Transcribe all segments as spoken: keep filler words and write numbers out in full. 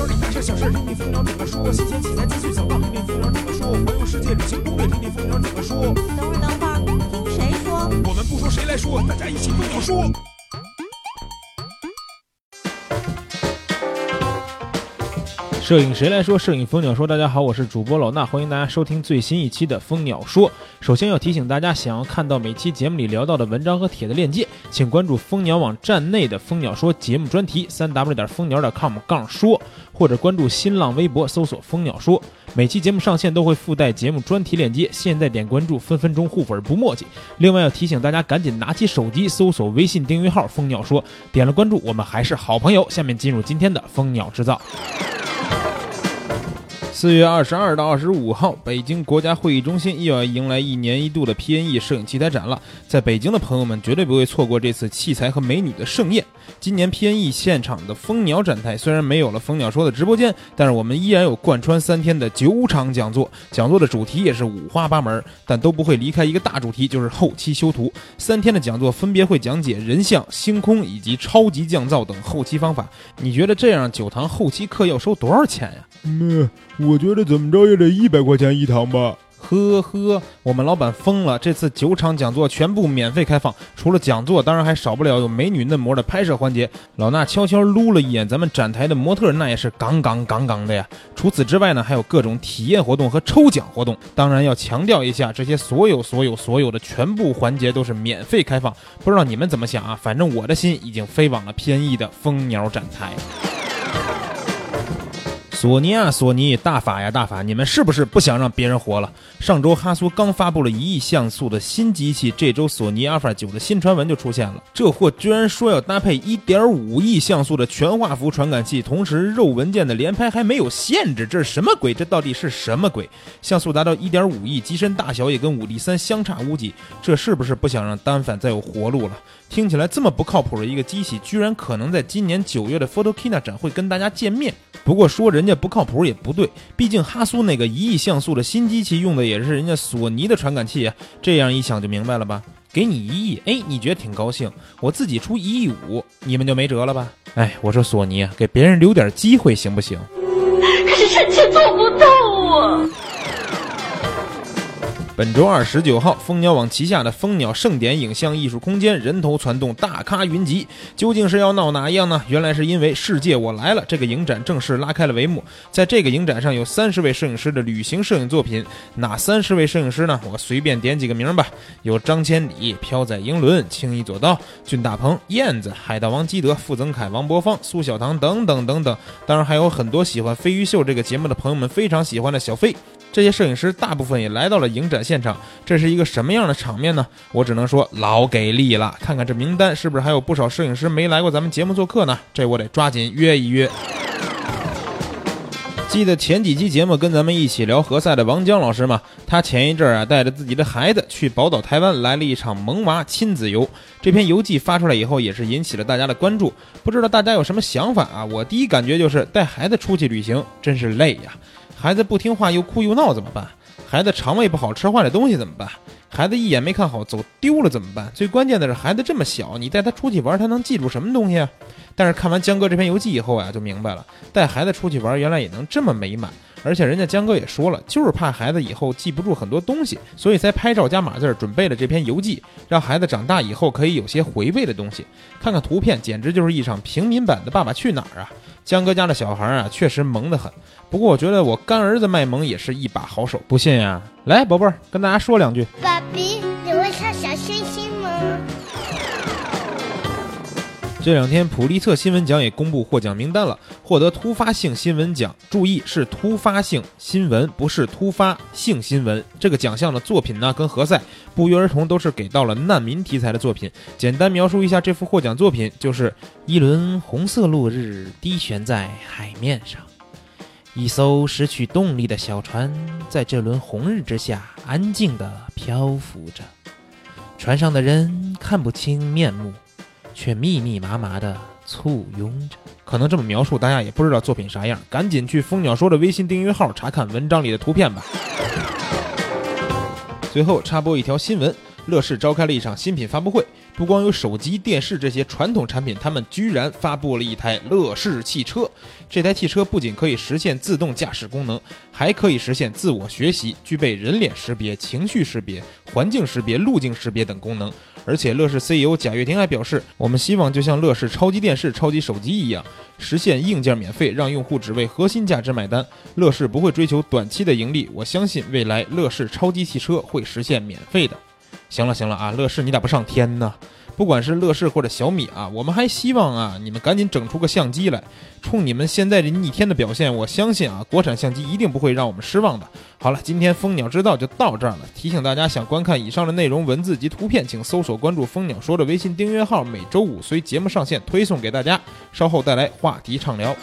鸟里大事小事，听听蜂鸟怎么说。新鲜题材资讯小报，听听蜂鸟怎么说。环游世界旅行攻略，听听蜂鸟怎么说。 等会儿等会儿，听谁说？ 我们不说谁来说，大家一起蜂鸟说。 摄影谁来说？摄影蜂鸟说。大家好，我是主播老衲，欢迎大家收听最新一期的蜂鸟说。首先要提醒大家，想要看到每期节目里聊到的文章和帖的链接，请关注蜂鸟网站内的蜂鸟说节目专题 三 w 点蜂鸟点 com 杠说，或者关注新浪微博搜索蜂鸟说。每期节目上线都会附带节目专题链接，现在点关注，分分钟互粉不墨迹。另外要提醒大家，赶紧拿起手机搜索微信订阅号蜂鸟说，点了关注，我们还是好朋友。下面进入今天的蜂鸟制造。四月二十二到二十五号，北京国家会议中心又要迎来一年一度的 P N E 摄影器材展了。在北京的朋友们绝对不会错过这次器材和美女的盛宴。今年 P N E 现场的蜂鸟展台虽然没有了蜂鸟说的直播间，但是我们依然有贯穿三天的九场讲座，讲座的主题也是五花八门，但都不会离开一个大主题，就是后期修图。三天的讲座分别会讲解人像、星空以及超级降噪等后期方法。你觉得这样九堂后期课要收多少钱呀？ 嗯，我觉得怎么着也得一百块钱一堂吧。 呵呵，我们老板疯了，这次九场讲座全部免费开放，除了讲座，当然还少不了有美女嫩模的拍摄环节。老衲悄悄撸了一眼咱们展台的模特，那也是杠杠杠杠的呀。除此之外呢，还有各种体验活动和抽奖活动。当然要强调一下，这些所有所有所有的全部环节都是免费开放。不知道你们怎么想啊？反正我的心已经飞往了 P N E 的蜂鸟展台。索尼啊，索尼，大法呀大法，你们是不是不想让别人活了？上周哈苏刚发布了一亿像素的新机器，这周索尼 Alpha 九的新传闻就出现了，这货居然说要搭配 一点五亿像素的全画幅传感器，同时肉文件的连拍还没有限制，这是什么鬼？这到底是什么鬼？像素达到 一点五亿，机身大小也跟五 D 三相差无几，这是不是不想让单反再有活路了？听起来这么不靠谱的一个机器，居然可能在今年九月的 Photokina 展会跟大家见面。不过说人家不靠谱也不对，毕竟哈苏那个一亿像素的新机器用的也是人家索尼的传感器啊，这样一想就明白了吧？给你一亿，哎，你觉得挺高兴，我自己出一亿五，你们就没辙了吧？哎，我说索尼啊，给别人留点机会行不行？ 可是臣妾做不到啊。 本周二十九号，蜂鸟网旗下的蜂鸟盛典影像艺术空间人头攒动，大咖云集，究竟是要闹哪样呢？原来是因为世界我来了这个影展正式拉开了帷幕。在这个影展上有三十位摄影师的旅行摄影作品，哪三十位摄影师呢？我随便点几个名吧，有张千里、飘载英伦、青衣左道、俊大鹏、燕子、海盗王基德、傅增凯、王博芳、苏小棠等等等等。当然还有很多喜欢飞鱼秀这个节目的朋友们非常喜欢的小飞。这些摄影师大部分也来到了影展现场，这是一个什么样的场面呢？我只能说老给力了。看看这名单，是不是还有不少摄影师没来过咱们节目做客呢？这我得抓紧约一约。记得前几期节目跟咱们一起聊何塞的王江老师嘛，他前一阵啊带着自己的孩子去宝岛台湾来了一场萌娃亲子游。这篇游记发出来以后也是引起了大家的关注，不知道大家有什么想法啊？我第一感觉就是带孩子出去旅行真是累呀。孩子不听话又哭又闹怎么办？孩子肠胃不好吃坏了东西怎么办？孩子一眼没看好走丢了怎么办？最关键的是孩子这么小，你带他出去玩他能记住什么东西啊？但是看完江哥这篇游记以后啊，就明白了，带孩子出去玩原来也能这么美满。而且人家江哥也说了，就是怕孩子以后记不住很多东西，所以才拍照加码字准备了这篇游记，让孩子长大以后可以有些回味的东西。看看图片，简直就是一场平民版的爸爸去哪儿啊！江哥家的小孩啊，确实萌得很。不过我觉得我干儿子卖萌也是一把好手，不信呀？来，宝贝儿，跟大家说两句。 爸比，你会唱小星星吗？ 这两天普利策新闻奖也公布获奖名单了，获得突发性新闻奖，注意是突发性新闻，不是突发性新闻。这个奖项的作品呢，跟何塞不约而同都是给到了难民题材的作品。简单描述一下这幅获奖作品，就是一轮红色落日低悬在海面上，一艘失去动力的小船在这轮红日之下安静地漂浮着，船上的人看不清面目，却密密麻麻地簇拥着。可能这么描述大家也不知道作品啥样，赶紧去蜂鸟说的微信订阅号查看文章里的图片吧。最后插播一条新闻，乐视召开了一场新品发布会， 不光有手机、电视这些传统产品，他们居然发布了一台乐视汽车。这台汽车不仅可以实现自动驾驶功能，还可以实现自我学习，具备人脸识别、情绪识别、环境识别、路径识别等功能。而且乐视 C E O 贾跃亭还表示，我们希望就像乐视超级电视、超级手机一样，实现硬件免费，让用户只为核心价值买单。乐视不会追求短期的盈利，我相信未来乐视超级汽车会实现免费的。行了行了啊，乐视你咋不上天呢？不管是乐视或者小米啊，我们还希望啊你们赶紧整出个相机来。冲你们现在这逆天的表现，我相信啊国产相机一定不会让我们失望的。好了，今天蜂鸟知道就到这儿了。提醒大家，想观看以上的内容文字及图片，请搜索关注蜂鸟说的微信订阅号，每周五随节目上线推送给大家。稍后带来话题畅聊。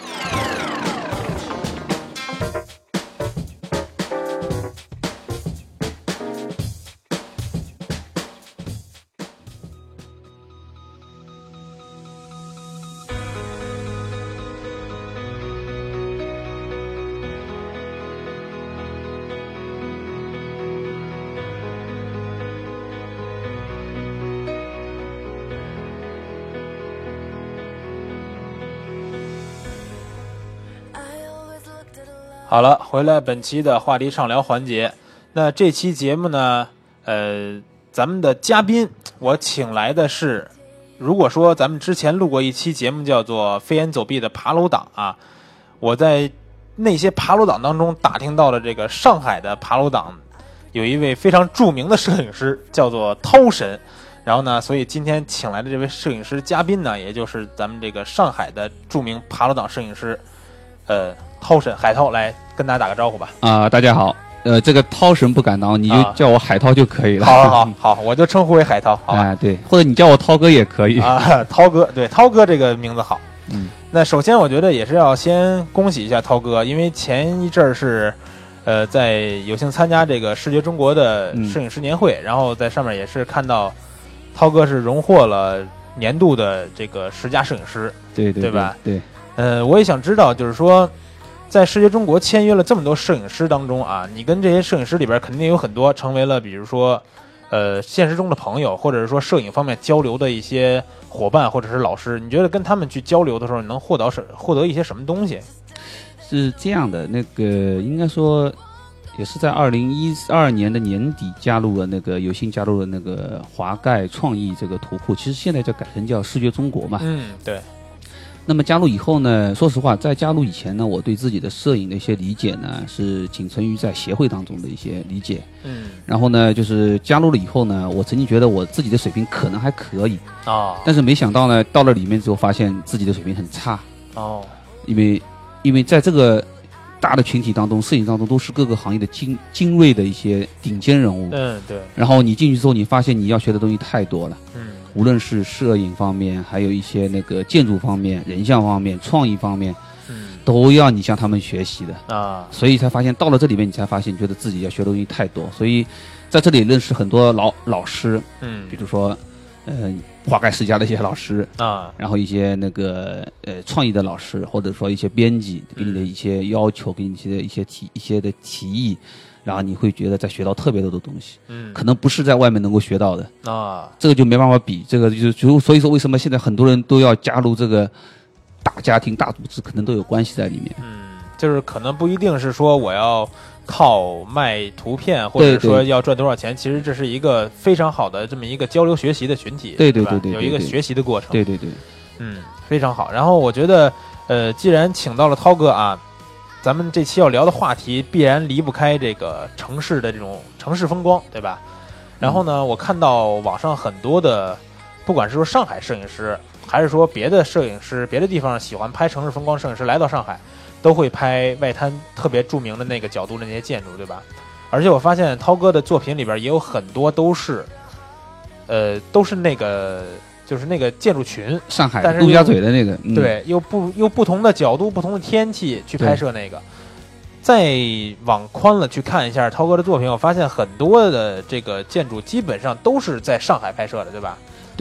好了，回来本期的话题畅聊环节。那这期节目呢，呃，咱们的嘉宾我请来的是，如果说咱们之前录过一期节目叫做《飞檐走壁的爬楼党》啊，我在那些爬楼党当中打听到了这个上海的爬楼党有一位非常著名的摄影师，叫做涛神。然后呢，所以今天请来的这位摄影师嘉宾呢，也就是咱们这个上海的著名爬楼党摄影师，呃。涛神海涛来跟大家打个招呼吧。 啊、呃，大家好，呃，这个涛神不敢当，你就叫我海涛就可以了。 好好好好，我就称呼为海涛，好吧？ 哎，对，或者你叫我涛哥也可以啊。涛哥，对，涛哥这个名字好。 嗯， 那首先我觉得也是要先恭喜一下涛哥，因为前一阵儿是，呃，在有幸参加这个视觉中国的摄影师年会，嗯、然后在上面也是看到涛哥是荣获了年度的这个十佳摄影师， 对对对吧？ 对。 呃，我也想知道，就是说。在视觉中国签约了这么多摄影师当中啊，你跟这些摄影师里边肯定有很多成为了比如说呃现实中的朋友，或者是说摄影方面交流的一些伙伴或者是老师，你觉得跟他们去交流的时候，你能获得什获得一些什么东西？ 是这样的，那个应该说也是在二零一二年的年底加入了那个有幸加入了那个华盖创意这个图库，其实现在就改成叫视觉中国嘛。 嗯，对。 那么加入以后呢，说实话，在加入以前呢，我对自己的摄影的一些理解呢，是仅存于在协会当中的一些理解。 嗯。 然后呢，就是加入了以后呢，我曾经觉得我自己的水平可能还可以啊、哦， 但是没想到呢，到了里面之后发现自己的水平很差。 哦。 因为，因为在这个大的群体当中，摄影当中都是各个行业的精精锐的一些顶尖人物。 嗯，对。 然后你进去之后，你发现你要学的东西太多了。 嗯。 无论是摄影方面，还有一些那个建筑方面、人像方面、创意方面， 嗯， 都要你向他们学习的啊。 所以才发现到了这里面，你才发现你觉得自己要学的东西太多。所以在这里认识很多老老师， 嗯， 比如说，呃，华盖世家的一些老师啊， 然后一些那个呃创意的老师，或者说一些编辑给你的一些要求，给你一些一些提一些的提议。然后你会觉得在学到特别多的东西， 嗯， 可能不是在外面能够学到的啊， 这个就没办法比，这个就就所以说为什么现在很多人都要加入这个大家庭、大组织，可能都有关系在里面。 嗯，就是可能不一定是说我要靠卖图片，或者说要赚多少钱，其实这是一个非常好的这么一个交流学习的群体， 对对对 对, 对, 对， 有一个学习的过程， 对对对， 嗯，非常好。然后我觉得，呃，既然请到了涛哥啊。咱们这期要聊的话题必然离不开这个城市的这种城市风光，对吧？然后呢，嗯、我看到网上很多的，不管是说上海摄影师，还是说别的摄影师，别的地方喜欢拍城市风光摄影师来到上海，都会拍外滩特别著名的那个角度的那些建筑，对吧？而且我发现涛哥的作品里边也有很多都是，呃，都是那个。就是那个建筑群， 上海陆家嘴的那个， 嗯、对，又不又不同的角度、不同的天气去拍摄那个。再往宽了去看一下涛哥的作品，我发现很多的这个建筑基本上都是在上海拍摄的，对吧？ 对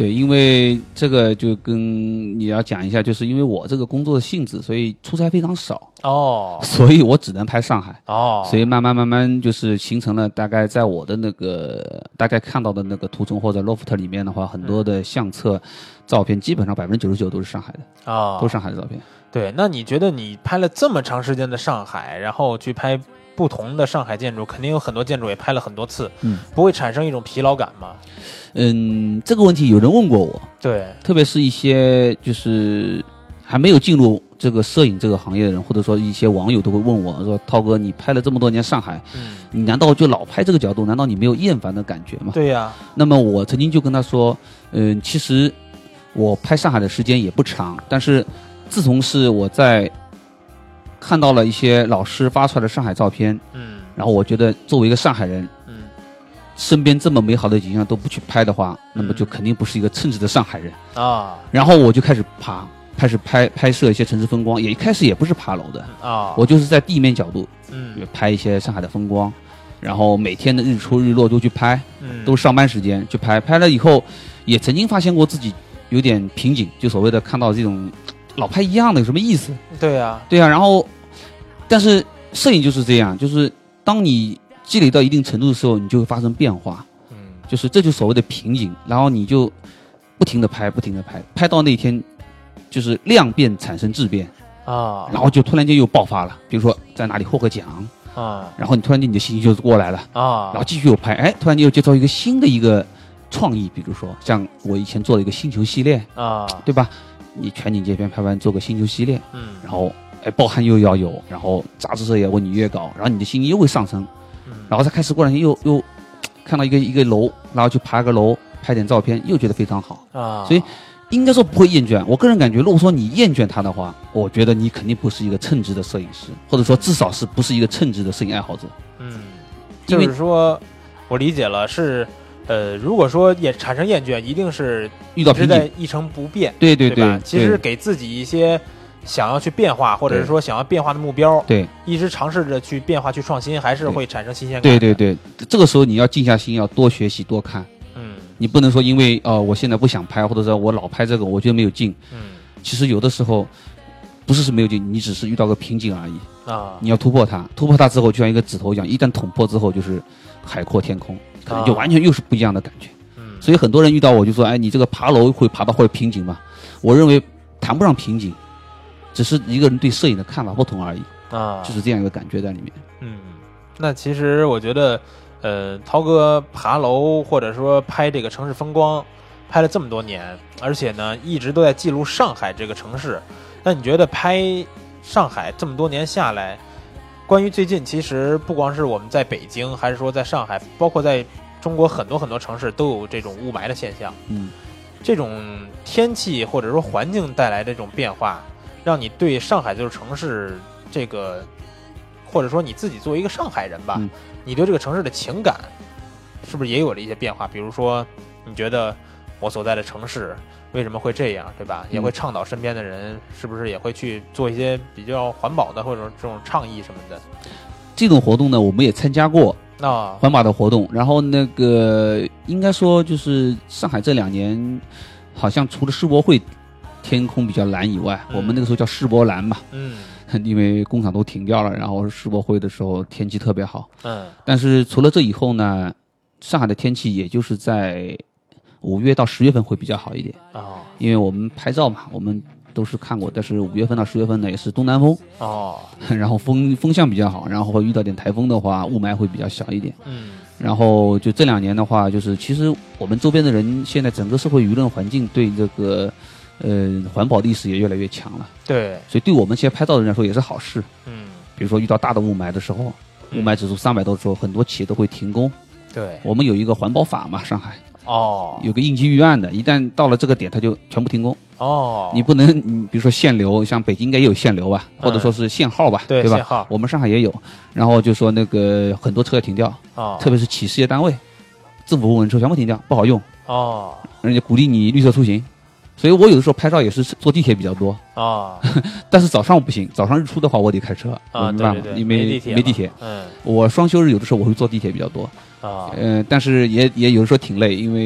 对，因为这个就跟你要讲一下，就是因为我这个工作的性质，所以出差非常少哦， 所以我只能拍上海哦， 所以慢慢慢慢就是形成了大概在我的那个大概看到的那个图中或者 loft 里面的话，很多的相册、照片基本上百分之九十九都是上海的啊、哦， 都是上海的照片。 对，那你觉得你拍了这么长时间的上海，然后去拍不同的上海建筑，肯定有很多建筑也拍了很多次， 嗯， 不会产生一种疲劳感吗？ 嗯，这个问题有人问过我， 对， 特别是一些就是还没有进入这个摄影这个行业的人，或者说一些网友都会问我说：“涛哥，你拍了这么多年上海， 嗯， 你难道就老拍这个角度？难道你没有厌烦的感觉吗？” 对呀、啊。 那么我曾经就跟他说：“嗯、呃，其实我拍上海的时间也不长，但是自从是我在看到了一些老师发出来的上海照片， 嗯， 然后我觉得作为一个上海人， 嗯， 身边这么美好的景象都不去拍的话，那么就肯定不是一个称职的上海人啊。 然后我就开始爬，开始拍拍摄一些城市风光，也一开始也不是爬楼的啊， 我就是在地面角度， 嗯， 拍一些上海的风光，然后每天的日出日落都去拍， 嗯， 都是上班时间去拍，拍了以后也曾经发现过自己有点瓶颈，就所谓的看到这种老拍一样的有什么意思？ 对呀、啊， 对呀、啊。然后，但是摄影就是这样，就是当你积累到一定程度的时候，你就会发生变化。 嗯， 就是这就所谓的瓶颈，然后你就不停的拍，不停的拍，拍到那天就是量变产生质变啊， 然后就突然间又爆发了。比如说在哪里获个奖啊， 然后你突然间你的心情就过来了啊， 然后继续又拍，哎，突然间又接到一个新的一个创意，比如说像我以前做了一个星球系列啊， 对吧？你全景街片拍完做个星球系列， 嗯， 然后哎爆汗又要有，然后杂志社也问你约稿，然后你的心情又会上升， 嗯， 然后再开始过两天又又看到一个一个楼，然后去爬个楼拍点照片，又觉得非常好啊， 所以应该说不会厌倦。我个人感觉，如果说你厌倦它的话，我觉得你肯定不是一个称职的摄影师，或者说至少是不是一个称职的摄影爱好者。 嗯，就是说我理解了，是呃，如果说也产生厌倦，一定是遇到瓶颈， 在一成不变。 对对对, 对, 对吧？其实对给自己一些想要去变化，或者是说想要变化的目标， 对， 一直尝试着去变化、去创新，还是会产生新鲜感。 对对对，这个时候你要静下心，要多学习、多看。 嗯， 你不能说因为呃我现在不想拍，或者说我老拍这个，我觉得没有劲。 嗯， 其实有的时候不是是没有劲，你只是遇到个瓶颈而已啊。 你要突破它，突破它之后，就像一个指头一样，一旦捅破之后，就是海阔天空，可能就完全又是不一样的感觉。 嗯， 所以很多人遇到我就说，哎，你这个爬楼会爬到会有瓶颈吗？我认为谈不上瓶颈，只是一个人对摄影的看法不同而已啊， 就是这样一个感觉在里面。 嗯，那其实我觉得，呃，涛哥爬楼或者说拍这个城市风光，拍了这么多年，而且呢一直都在记录上海这个城市。那你觉得拍上海这么多年下来，关于最近其实不光是我们在北京，还是说在上海，包括在中国很多很多城市都有这种雾霾的现象。 嗯， 这种天气或者说环境带来的这种变化，让你对上海这座城市这个，或者说你自己作为一个上海人吧， 嗯、 你对这个城市的情感是不是也有了一些变化？比如说，你觉得我所在的城市为什么会这样，对吧？也会倡导身边的人是不是也会去做一些比较环保的或者这种倡议什么的？ 这种活动呢，我们也参加过啊， 环保的活动。然后那个应该说就是上海这两年，好像除了世博会天空比较蓝以外， 嗯、 我们那个时候叫世博蓝嘛， 嗯， 因为工厂都停掉了，然后世博会的时候天气特别好， 嗯， 但是除了这以后呢，上海的天气也就是在五月到十月份会比较好一点哦， 因为我们拍照嘛，我们都是看过，但是五月份到十月份呢也是东南风哦， 然后风风向比较好，然后会遇到点台风的话，雾霾会比较小一点， 嗯， 然后就这两年的话，就是其实我们周边的人现在整个社会舆论环境对这个呃环保的意识也越来越强了， 对， 所以对我们这些拍照的人来说也是好事， 嗯， 比如说遇到大的雾霾的时候，雾霾指数三百多的时候，很多企业都会停工， 对， 我们有一个环保法嘛，上海。 哦， 有个应急预案的，一旦到了这个点，它就全部停工。 哦， 你不能，你比如说限流，像北京应该也有限流吧，嗯、或者说是限号吧， 对, 对吧？ 限号， 我们上海也有。然后就说那个很多车要停掉， 哦， 特别是企事业单位、政府部门车全部停掉，不好用。 哦， 人家鼓励你绿色出行，所以我有的时候拍照也是坐地铁比较多。 哦， 但是早上不行，早上日出的话我得开车啊， 对对对，因为没地铁， 没地铁。 嗯， 我双休日有的时候我会坐地铁比较多。 啊， 呃，但是也也有的时候挺累，因为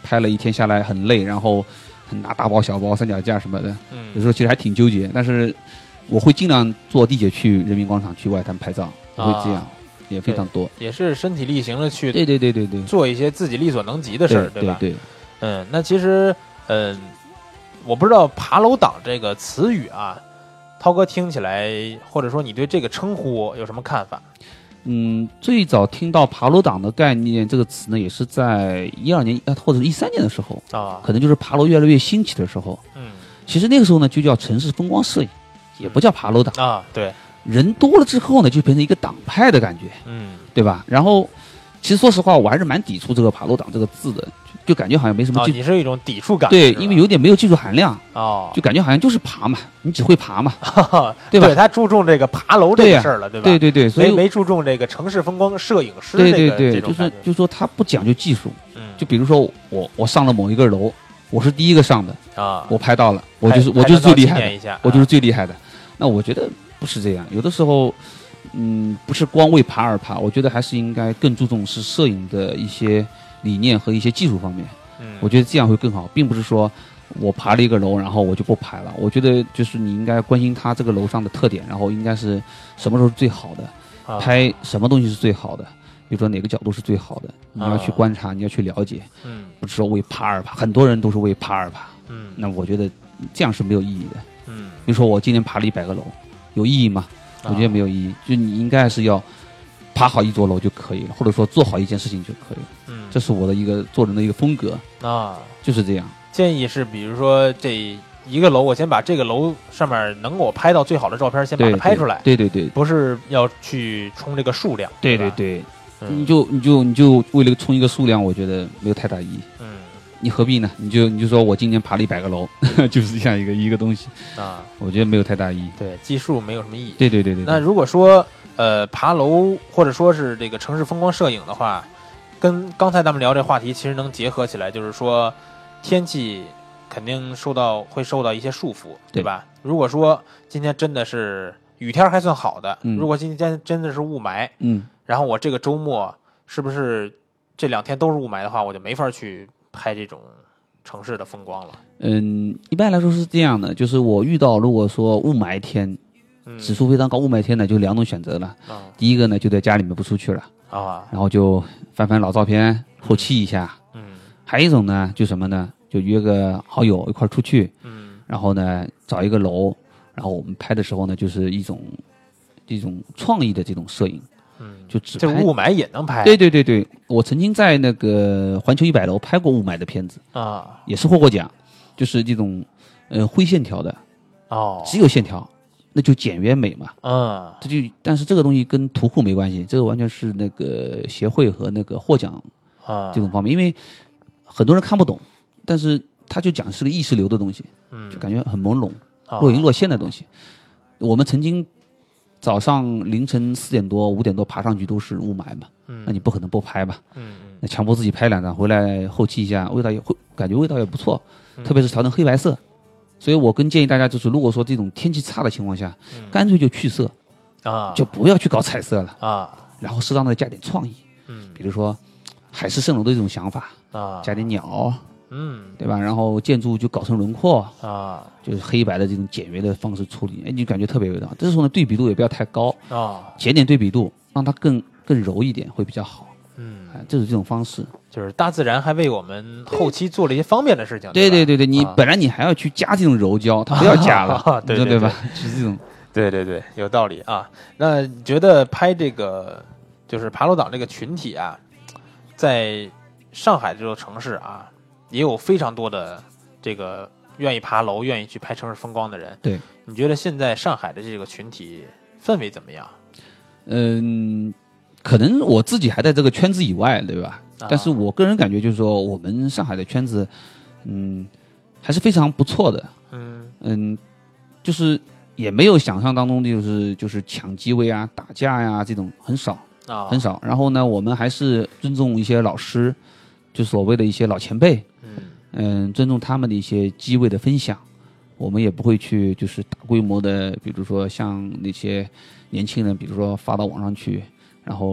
拍了一天下来很累，然后拿大包小包三脚架什么的， 嗯， 有时候其实还挺纠结，但是我会尽量坐地铁去人民广场去外滩拍照，我会这样，也非常多， 也是身体力行的去， 对对对对对， 做一些自己力所能及的事儿， 对吧？ 对对， 嗯，那其实，嗯，我不知道爬楼党这个词语啊，涛哥听起来，或者说你对这个称呼有什么看法？ 嗯，最早听到爬楼党的概念这个词呢，也是在一二年或者一三年的时候啊， 可能就是爬楼越来越兴起的时候。 嗯， 其实那个时候呢，就叫城市风光摄影，也不叫爬楼党啊。对， 人多了之后呢，就变成一个党派的感觉， 嗯， 对吧？然后，其实说实话，我还是蛮抵触这个爬楼党这个字的。就感觉好像没什么技， 哦，你是一种抵触感， 对，因为有点没有技术含量， 哦， 就感觉好像就是爬嘛，你只会爬嘛， 对吧？ 对他注重这个爬楼这个事儿了，对吧？ 对对对，所以没没注重这个城市风光摄影师， 对对对， 这就是就是说他不讲究技术， 嗯， 就比如说我我上了某一个楼，我是第一个上的啊， 我拍到了，我就是我就是最厉害的，我就是最厉害的。那我觉得不是这样，有的时候，嗯，不是光为爬而爬，我觉得还是应该更注重是摄影的一些理念和一些技术方面。我觉得这样会更好，并不是说我爬了一个楼，然后我就不拍了。我觉得就是你应该关心它这个楼上的特点，然后应该是什么时候是最好的， 啊、 拍什么东西是最好的，比如说哪个角度是最好的，你要去观察，啊、你要去了解， 嗯， 不是说为爬而爬，很多人都是为爬而爬， 嗯， 那我觉得这样是没有意义的， 嗯， 比如说我今年爬了一百个楼，有意义吗？我觉得没有意义，就你应该是要爬好一座楼就可以了，或者说做好一件事情就可以了。 嗯， 这是我的一个做人的一个风格啊， 就是这样。 建议是，比如说这一个楼，我先把这个楼上面能给我拍到最好的照片，先把它拍出来。 对对 对, 对， 不是要去冲这个数量。 对对对，嗯、你就你就你就为了冲一个数量，我觉得没有太大意义。 嗯， 你何必呢？你就你就说我今年爬了一百个楼，就是这样一个一个东西啊， 我觉得没有太大意义。 对，计数没有什么意义。 对对 对, 对, 对。 那如果说呃爬楼或者说是这个城市风光摄影的话，跟刚才咱们聊这话题其实能结合起来，就是说天气肯定受到会受到一些束缚， 对, 对吧？如果说今天真的是雨天还算好的， 嗯、 如果今天真的是雾霾， 嗯， 然后我这个周末是不是这两天都是雾霾的话，我就没法去拍这种城市的风光了？ 嗯，一般来说是这样的，就是我遇到如果说雾霾天， 嗯、 指数非常高雾霾天呢，就两种选择了。 嗯、 第一个呢，就在家里面不出去了啊， 然后就翻翻老照片，后期一下。 嗯， 还有一种呢，就什么呢？就约个好友一块出去， 嗯， 然后呢找一个楼，然后我们拍的时候呢，就是一种一种创意的这种摄影， 嗯， 就只这雾霾也能拍。 对对对对，我曾经在那个环球一百楼拍过雾霾的片子啊， 也是获过奖，就是这种呃灰线条的， 哦， 只有线条，那就简约美嘛， 嗯， 这就但是这个东西跟图库没关系，这个完全是那个协会和那个获奖啊这种方面，因为很多人看不懂。但是他就讲是个意识流的东西， 嗯， 就感觉很朦胧、若隐若现的东西。我们曾经早上凌晨四点多、五点多爬上去都是雾霾嘛， 嗯， 那你不可能不拍吧？ 嗯， 那强迫自己拍两张，回来后期一下，味道也会感觉味道也不错，嗯、特别是调成黑白色。所以我更建议大家就是，如果说这种天气差的情况下， 嗯、 干脆就去色啊， 就不要去搞彩色了啊， 然后适当的加点创意， 嗯， 比如说海市蜃楼的这种想法啊， 加点鸟。 嗯， 对吧？然后建筑就搞成轮廓啊， 就是黑白的这种简约的方式处理，哎，你感觉特别有味道。这时候呢，对比度也不要太高啊， 减点对比度，让它更更柔一点会比较好。 嗯， 哎，这是这种方式， 就是大自然还为我们后期做了一些方便的事情。 对对对对对，你本来你还要去加这种柔焦，它不要加了， 啊、对, 对, 对, 对, 对吧？就是这种， 对对对，有道理啊。那你觉得拍这个就是爬楼党这个群体啊，在上海这座城市啊？也有非常多的这个愿意爬楼、愿意去拍城市风光的人。 对， 你觉得现在上海的这个群体氛围怎么样？ 嗯，可能我自己还在这个圈子以外，对吧？啊、但是我个人感觉就是说，我们上海的圈子，嗯，还是非常不错的。 嗯嗯，就是也没有想象当中就是就是抢机位啊、打架呀、这种很少啊， 很少。然后呢，我们还是尊重一些老师，就所谓的一些老前辈。嗯，尊重他们的一些机位的分享，我们也不会去就是大规模的，比如说像那些年轻人，比如说发到网上去，然后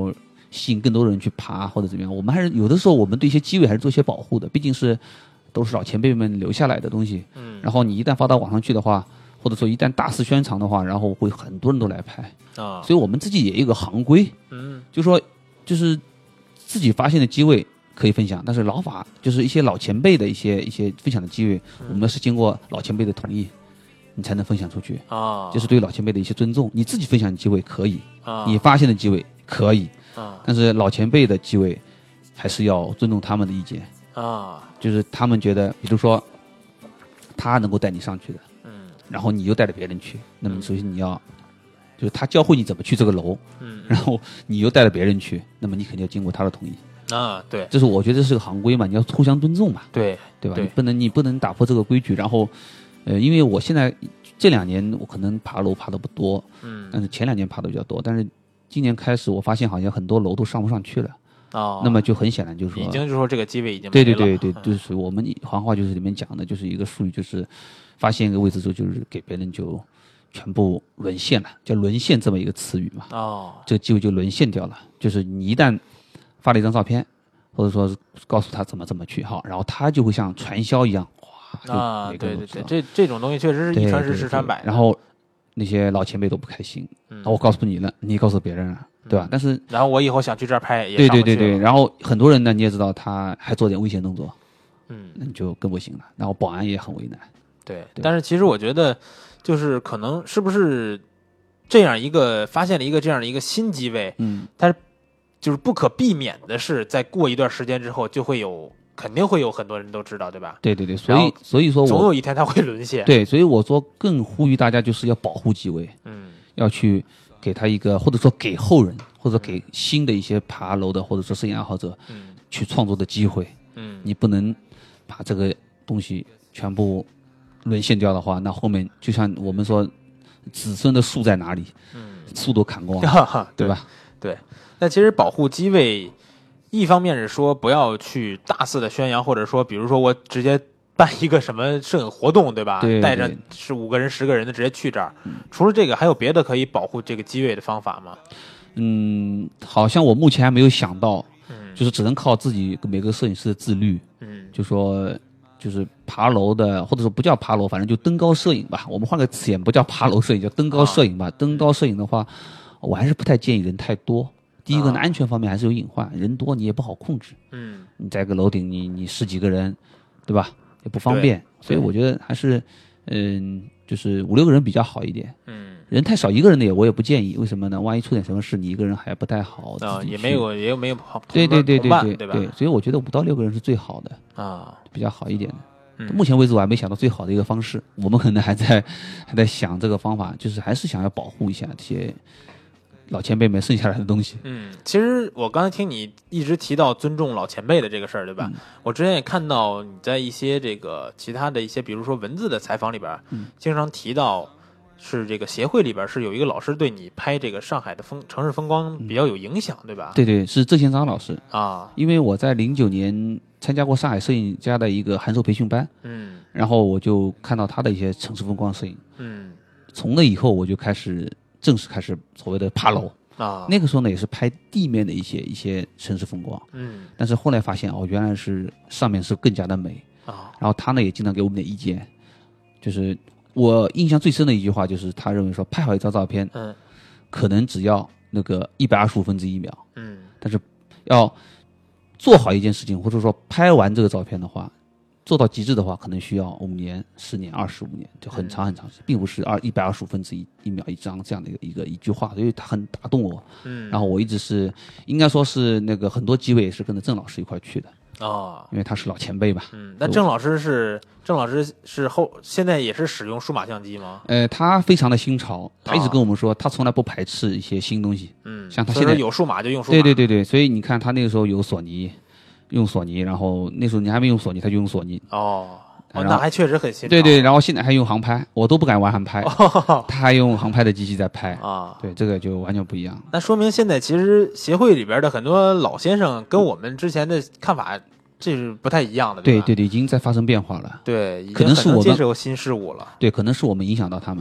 吸引更多人去爬或者怎么样。我们还是有的时候我们对一些机位还是做一些保护的，毕竟是都是老前辈们留下来的东西。 嗯， 然后你一旦发到网上去的话，或者说一旦大肆宣传的话，然后会很多人都来拍啊， 所以我们自己也有一个行规， 嗯， 就说就是自己发现的机位可以分享，但是老法就是一些老前辈的一些一些分享的机位， 嗯、 我们是经过老前辈的同意，你才能分享出去啊， 就是对老前辈的一些尊重。你自己分享的机位可以， 啊， 你发现的机位可以， 啊， 但是老前辈的机位还是要尊重他们的意见啊， 就是他们觉得，比如说他能够带你上去的。然后你又带着别人去，那么首先你要，嗯、就是他教会你怎么去这个楼， 嗯， 然后你又带着别人去，那么你肯定要经过他的同意啊，对， 这是我觉得是个行规嘛，你要互相尊重嘛， 对， 对吧？ 对你不能你不能打破这个规矩，然后，呃，因为我现在这两年我可能爬楼爬的不多， 嗯， 但是前两年爬的比较多，但是今年开始我发现好像很多楼都上不上去了。 哦， 那么就很显然就是说， 已经就是说这个机位已经对对对对， 嗯、 就是属于我们行话就是里面讲的，就是一个术语，就是发现一个位置之后，就是给别人就全部沦陷了，叫沦陷这么一个词语嘛。 哦， 这个机会就沦陷掉了。就是你一旦发了一张照片，或者说告诉他怎么怎么去好，然后他就会像传销一样，哗， 啊，对对对，这这种东西确实是一传十，十传百。 然后那些老前辈都不开心， 嗯、 然后我告诉你了，你也告诉别人了。对吧？但是， 然后我以后想去这儿拍，也对对对对。然后很多人呢，你也知道，他还做点危险动作， 嗯， 那你就更不行了。然后保安也很为难。 对，但是其实我觉得，就是可能是不是这样一个发现了一个这样的一个新机位， 嗯， 但是就是不可避免的是，在过一段时间之后，就会有肯定会有很多人都知道，对吧？ 对对对，所以所以说我总有一天它会沦陷。 对，所以我说更呼吁大家就是要保护机位， 嗯， 要去。给他一个，或者说给后人，或者给新的一些爬楼的，或者说摄影爱好者， 嗯， 去创作的机会。 嗯， 你不能把这个东西全部沦陷掉的话，那后面就像我们说，子孙的树在哪里？ 嗯， 树都砍光了，对吧？ 对。那其实保护机位，一方面是说不要去大肆的宣扬，或者说，比如说我直接。办一个什么摄影活动，对吧？ 对对对， 带着是五个人、十个人的直接去这儿。嗯、除了这个，还有别的可以保护这个机位的方法吗？ 嗯，好像我目前还没有想到， 嗯， 就是只能靠自己每个摄影师的自律。 嗯， 就说就是爬楼的，或者说不叫爬楼，反正就登高摄影吧。我们换个词眼，不叫爬楼摄影，叫登高摄影吧。啊、登高摄影的话，我还是不太建议人太多。第一个呢， 啊、 安全方面还是有隐患，人多你也不好控制。 嗯， 你在一个楼顶，你你十几个人，对吧？也不方便，所以我觉得还是，嗯，就是五六个人比较好一点。 嗯， 人太少一个人的也我也不建议，为什么呢？万一出点什么事，你一个人还不太好。 啊，也没有，也有没有好。 对对对对对对吧？ 对，所以我觉得五到六个人是最好的啊， 比较好一点的。 嗯、 目前为止我还没想到最好的一个方式，我们可能还在还在想这个方法，就是还是想要保护一下这些老前辈们剩下来的东西。 嗯，其实我刚才听你一直提到尊重老前辈的这个事儿，对吧？ 嗯、 我之前也看到你在一些这个其他的一些，比如说文字的采访里边， 嗯、 经常提到是这个协会里边是有一个老师对你拍这个上海的风城市风光比较有影响，嗯、对吧？ 对对，是郑宪章老师啊， 因为我在零九年参加过上海摄影家的一个函授培训班， 嗯， 然后我就看到他的一些城市风光摄影， 嗯， 从那以后我就开始正式开始所谓的爬楼。 啊， 那个时候呢也是拍地面的一些一些城市风光， 嗯， 但是后来发现哦，原来是上面是更加的美啊。 然后他呢也经常给我们点意见，就是我印象最深的一句话就是他认为说拍好一张照片， 嗯， 可能只要那个一百二十五分之一秒， 嗯， 但是要做好一件事情，或者说拍完这个照片的话。做到极致的话，可能需要五年、十年、二十五年，就很长很长时间，并不是二一百二十五分之一一秒一张这样的一个一个一句话，所以它很打动我。 嗯， 然后我一直是应该说是那个很多机位也是跟着郑老师一块去的哦， 因为他是老前辈吧。 嗯，那郑老师是郑老师是后现在也是使用数码相机吗？ 呃，他非常的新潮，他一直跟我们说，他从来不排斥一些新东西。 嗯， 像他现在有数码就用数码。 对对对对，所以你看他那个时候有索尼。用索尼，然后那时候你还没用索尼，他就用索尼。 哦，哦那还确实很新。 对对，然后现在还用航拍，我都不敢玩航拍，哦、他还用航拍的机器在拍啊。 对，这个就完全不一样。 那说明现在其实协会里边的很多老先生跟我们之前的看法这是不太一样的。 对对对，已经在发生变化了。 对， 可能是我们接受新事物了。 对，可能是我们影响到他们，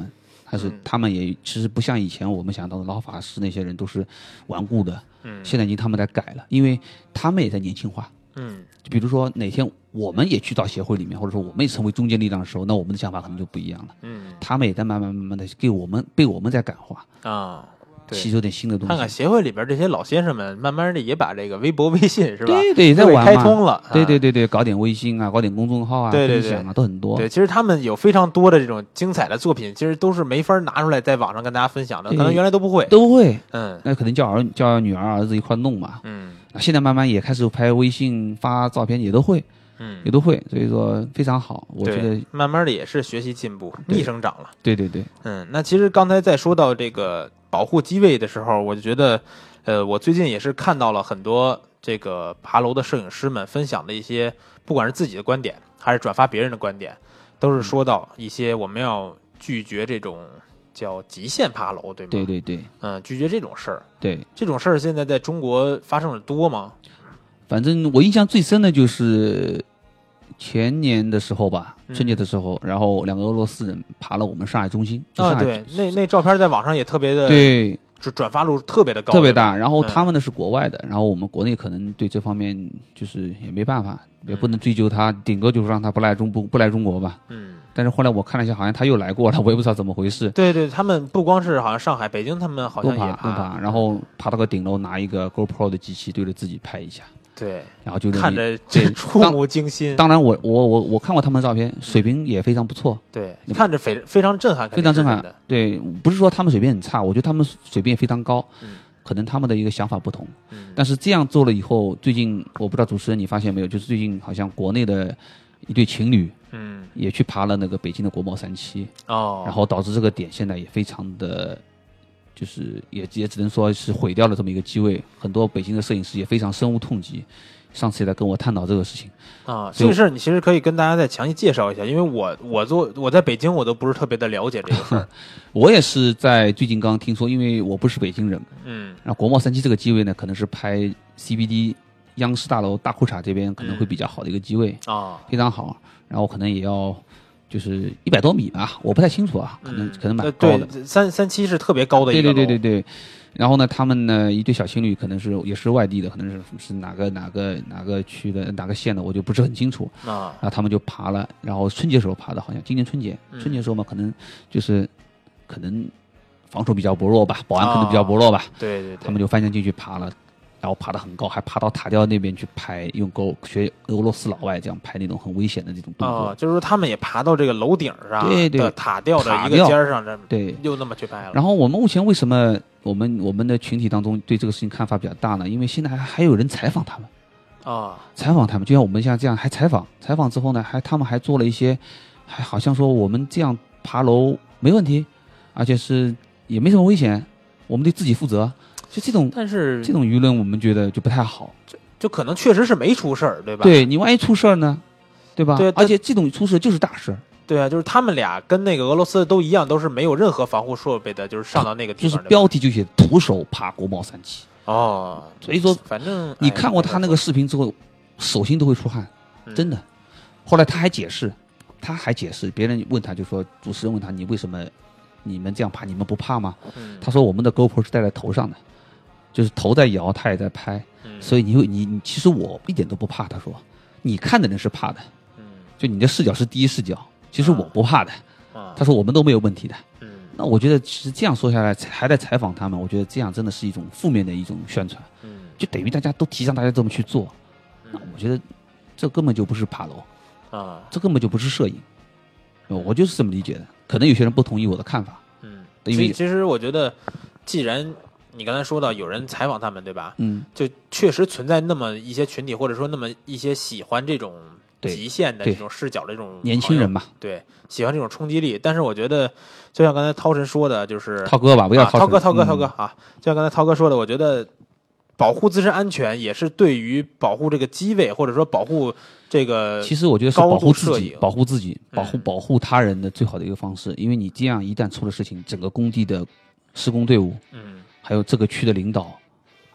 但是嗯他们也其实不像以前我们想到的老法师那些人都是顽固的， 嗯现在已经他们在改了，因为他们也在年轻化。 嗯就比如说哪天我们也去到协会里面，或者说我们也成为中坚力量的时候，那我们的想法可能就不一样了。 嗯他们也在慢慢慢慢的给我们被我们在感化， 啊。对吸收点新的东西。 看看协会里边这些老先生们，慢慢的也把这个微博、微信是吧？ 对对，在都给玩嘛开通了。啊对对对对，搞点微信啊，搞点公众号啊， 对对对分享啊，都很多。 对，其实他们有非常多的这种精彩的作品，其实都是没法拿出来在网上跟大家分享的，可能原来都不会。 都会， 嗯那可能叫儿叫女儿儿子一块弄嘛。 嗯啊现在慢慢也开始拍微信发照片，也都会， 嗯也，都会，所以说非常好。我觉对得， 慢慢的也是学习进步， 对逆生长了。 对对对， 嗯，那其实刚才在说到这个保护机位的时候，我就觉得，呃，我最近也是看到了很多这个爬楼的摄影师们分享的一些，不管是自己的观点，还是转发别人的观点，都是说到一些我们要拒绝这种叫极限爬楼，对吗？ 对，对对嗯，拒绝这种事儿。 对。 这种事儿现在在中国发生的多吗？ 反正我印象最深的就是前年的时候吧， 嗯春节的时候，然后两个俄罗斯人爬了我们上海中心，就啊， 上海对，那那照片在网上也特别的，， 对就转发度特别的高， 特别大。然后嗯他们呢是国外的，然后我们国内可能对这方面就是也没办法，也不能追究他，顶多就是让他不来中不不来中国吧。 嗯， 但是后来我看了一下，好像他又来过了，我也不知道怎么回事。 对对，他们不光是好像上海、北京，他们好都像也爬都爬，然后爬到个顶楼，拿一个 GoPro 的机器对着自己拍一下， 对， 然后就认为看着对这触目惊心， 当然我，我我我看过他们的照片，水平也非常不错， 对，看着非非常震撼， 非常震撼肯定是真的。 对，不是说他们水平很差，我觉得他们水平也非常高， 嗯可能他们的一个想法不同。 嗯但是这样做了以后，最近我不知道主持人你发现没有，就是最近好像国内的一对情侣嗯也去爬了那个北京的国贸三期， 哦， 然后导致这个点现在也非常的，就是也也只能说是毁掉了这么一个机位，很多北京的摄影师也非常深恶痛疾。上次也在跟我探讨这个事情， 啊， 所以这个事儿你其实可以跟大家再详细介绍一下，因为我我做我在北京我都不是特别的了解这个事儿。 我也是在最近刚刚听说，因为我不是北京人， 嗯然后国贸三期这个机位呢，可能是拍 C B D 央视大楼大裤衩这边可能会比较好的一个机位， 啊， 非常好。然后可能也要就是一百多米吧，我不太清楚啊，可能、 嗯可能蛮呃高的。 对，三三期是特别高的一对个楼对对对对。然后呢，他们呢一对小情侣可能是也是外地的，可能是是哪个哪个哪个区的哪个县的，我就不是很清楚。 啊， 然后他们就爬了，然后春节时候爬的，好像今年春节， 嗯春节时候嘛，可能就是可能防守比较薄弱吧，保安可能比较薄弱吧， 对对对， 他们就翻墙进去爬了，然后爬得很高，还爬到塔吊那边去拍，用狗学俄罗斯老外这样拍那种很危险的那种动作。 啊，就是说他们也爬到这个楼顶上对对的塔吊的一个塔吊尖儿上，这对， 又那么去拍了。 然后我们目前为什么我们我们的群体当中对这个事情看法比较大呢？因为现在还还有人采访他们。 啊， 采访他们，就像我们像这样还采访，采访之后呢，还他们还做了一些，还好像说我们这样爬楼没问题，而且是也没什么危险，我们对自己负责。就这种但是这种舆论，我们觉得就不太好。 就可能确实是没出事儿，对吧？ 对你万一出事儿呢，对吧？ 对但而且这种出事就是大事儿， 对啊，就是他们俩跟那个俄罗斯都一样，都是没有任何防护设备的，就是上到那个地就是方。对吧标题就写徒手爬国贸三期。 哦， 所以说反正你哎看过他那个视频之后，手心都会出汗， 嗯真的。后来他还解释，他还解释，别人问他就说，主持人问他你为什么你们这样爬，你们不怕吗？ 嗯他说我们的 GoPro 是戴在头上的，就是头在摇，他也在拍， 嗯所以你会你你其实我一点都不怕。他说你看的人是怕的， 嗯就你的视角是第一视角，其实我不怕的。 啊他说我们都没有问题的。 嗯那我觉得其实这样说下来，还在采访他们，我觉得这样真的是一种负面的一种宣传， 嗯就等于大家都提倡大家这么去做。那我觉得这根本就不是爬楼， 啊这根本就不是摄影，我就是这么理解的。可能有些人不同意我的看法， 嗯， 因为其其实我觉得，既然你刚才说到有人采访他们，对吧？ 嗯， 就确实存在那么一些群体，或者说那么一些喜欢这种对极限的这对种视角的这种年轻人嘛， 对，喜欢这种冲击力。但是我觉得，就像刚才涛神说的，就是涛哥吧，不要啊， 涛神涛哥，涛哥， 嗯涛哥啊！就像刚才涛哥说的，我觉得保护自身安全也是对于保护这个机位，或者说保护这个其实我觉得是高保护自己度摄影、 保护自己、保护嗯保护他人的最好的一个方式。因为你这样一旦出了事情，整个工地的施工队伍， 嗯还有这个区的领导，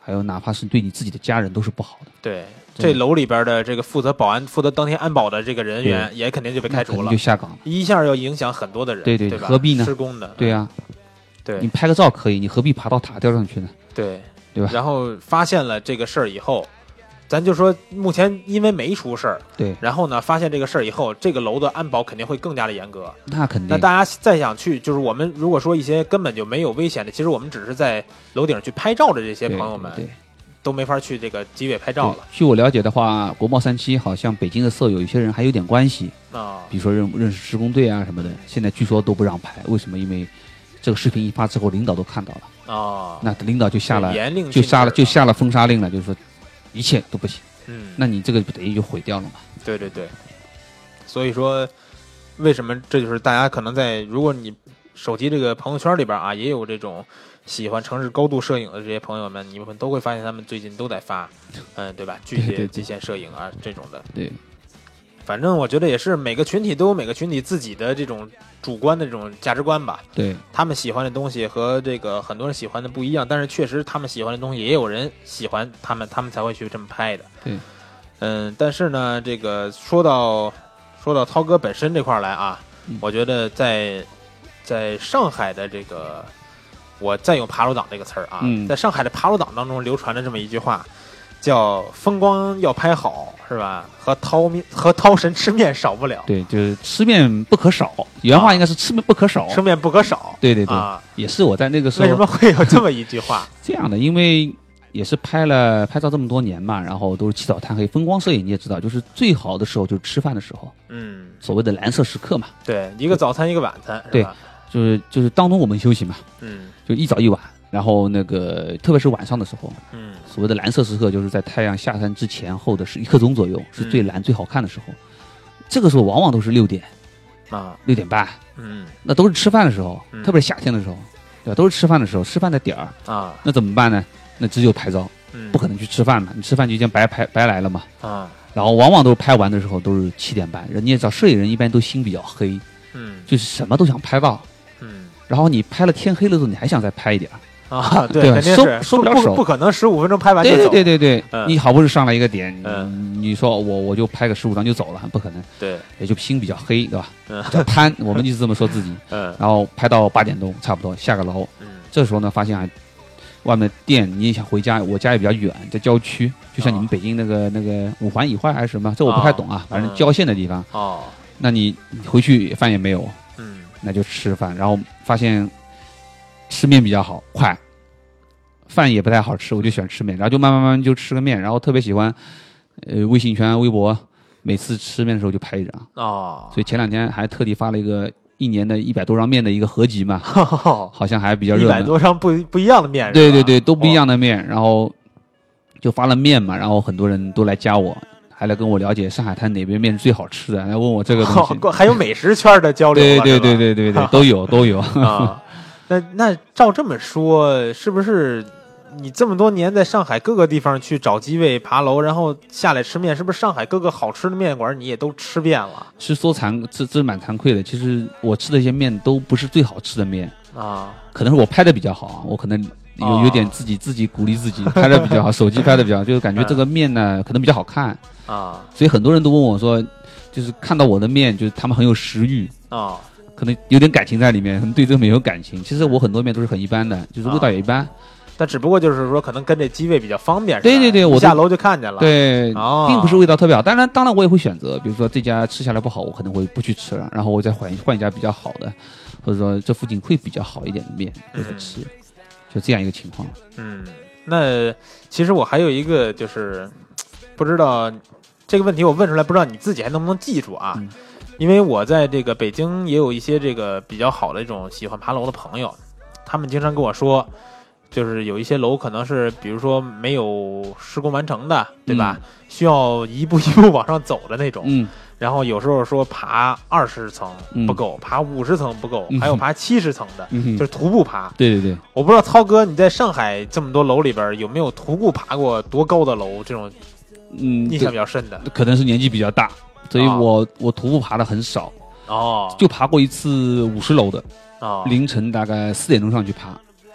还有哪怕是对你自己的家人都是不好的。 对，这楼里边的这个负责保安、负责当天安保的这个人员对也肯定就被开除了， 就下岗了， 一下要影响很多的人， 对对对吧？ 何必呢？ 施工的， 对啊， 对， 你拍个照可以，你何必爬到塔吊上去呢？ 对对吧？ 然后发现了这个事儿以后，咱就说目前因为没出事儿， 对， 然后呢发现这个事儿以后，这个楼的安保肯定会更加的严格。 那肯定。 那大家再想去，就是我们如果说一些根本就没有危险的，其实我们只是在楼顶去拍照的这些朋友们， 对对对都没法去这个机尾拍照了。 据我了解的话，国贸三期好像北京的舍友有些人还有点关系啊， 比如说认认识施工队啊什么的，现在据说都不让拍，为什么？因为这个视频一发之后，领导都看到了啊， 那领导就下了严令就下了就下了了封杀令了，就是说一切都不行。 嗯， 那你这个等于就毁掉了嘛？ 对对对，所以说为什么这就是大家可能在如果你手机这个朋友圈里边啊，也有这种喜欢城市高度摄影的这些朋友们，你们都会发现他们最近都在发，嗯，对吧？巨对对对蟹极限摄影啊这种的。 对， 反正我觉得也是每个群体都有每个群体自己的这种主观的这种价值观吧。 对， 他们喜欢的东西和这个很多人喜欢的不一样，但是确实他们喜欢的东西也有人喜欢他们，他们才会去这么拍的。 对， 嗯，但是呢，这个说到说到涛哥本身这块来啊， 嗯我觉得在在上海的这个，我再用爬楼党这个词儿啊， 嗯在上海的爬楼党当中流传着这么一句话，叫风光要拍好，是吧？和涛面和涛神吃面少不了， 对，就是吃面不可少，原话应该是吃面不可少， 吃面不可少。 对对对， 啊， 也是我在那个时候为什么会有这么一句话？ 这样的，因为也是拍了拍照这么多年嘛，然后都是起早贪黑，风光摄影你也知道，就是最好的时候就是吃饭的时候， 嗯， 所谓的蓝色时刻嘛， 对，一个早餐一个晚餐，是对吧？ 就是就是当中我们休息嘛， 嗯就一早一晚，然后那个特别是晚上的时候， 嗯所谓的蓝色时刻就是在太阳下山之前后的是一刻钟左右，是最蓝、最好看的时候。这个时候往往都是六点、 啊六点半， 嗯那都是吃饭的时候， 嗯特别是夏天的时候，对吧？都是吃饭的时候，吃饭的点儿， 啊那怎么办呢？那只有拍照， 嗯， 不可能去吃饭嘛，你吃饭就已经白拍白来了嘛。 啊然后往往都是拍完的时候都是七点半，人你也知道，摄影人一般都心比较黑， 嗯就是什么都想拍到。 嗯然后你拍了天黑了之后，你还想再拍一点儿， 啊，对， 对吧肯定是收收不了手不可能十五分钟拍完就对走， 对对对对， 嗯你好不容易上来一个点， 嗯你说我我就拍个十五张就走了，不可能， 对， 也就心比较黑，对吧？ 嗯比较贪，我们就是这么说自己。 嗯然后拍到八点钟差不多下个楼， 嗯这时候呢发现啊，外面的店你也想回家，我家也比较远，在郊区，就像你们北京那个那个五环以外还是什么，这我不太懂啊，反正郊县的地方， 哦那你回去饭也没有， 嗯那就吃饭，然后发现吃面比较好，快，饭也不太好吃，我就喜欢吃面，然后就慢慢慢慢就吃个面，然后特别喜欢，呃，微信圈、微博，每次吃面的时候就拍一张， 哦， 所以前两天还特地发了一个一年的一百多张面的一个合集嘛，好像还比较一热门， 百多张不不一样的面， 对对对，都不一样的面，然后就发了面嘛，然后很多人都来加我。还来跟我了解上海滩哪边面是最好吃的，来问我这个东西， 哦还有美食圈的交流了， 对对是吧对对对对，都有都有啊。那那照这么说，是不是你这么多年在上海各个地方去找机位爬楼，然后下来吃面，是不是上海各个好吃的面馆你也都吃遍了？ 是说惭，这这蛮惭愧的。其实我吃的一些面都不是最好吃的面啊， 可能是我拍的比较好啊，我可能有、 哦、 有点自己自己鼓励自己，拍的比较好，手机拍的比较好，就是感觉这个面呢、嗯、可能比较好看啊， 所以很多人都问我说，就是看到我的面，就是他们很有食欲啊。 可能有点感情在里面，可能对这个没有感情。其实我很多面都是很一般的，就是味道也一般。啊、 但只不过就是说，可能跟这机位比较方便。 对对对，我下楼就看见了。 对、 哦， 并不是味道特别好。当然，当然我也会选择，比如说这家吃下来不好，我可能会不去吃了，然后我再换换一家比较好的，或者说这附近会比较好一点的面会再吃，嗯、就这样一个情况。 嗯，那其实我还有一个就是不知道这个问题我问出来，不知道你自己还能不能记住啊？嗯，因为我在这个北京也有一些这个比较好的这种喜欢爬楼的朋友，他们经常跟我说，就是有一些楼可能是比如说没有施工完成的，对吧？嗯、需要一步一步往上走的那种。 嗯。 然后有时候说爬二十层不够，嗯、爬五十层不够，嗯、还有爬七十层的， 嗯、 就是徒步爬。 对对对。 我不知道涛哥你在上海这么多楼里边有没有徒步爬过多高的楼？这种嗯印象比较深的。 可能是年纪比较大。所以我、哦、我徒步爬的很少哦， 就爬过一次五十楼的哦， 凌晨大概四点钟上去爬，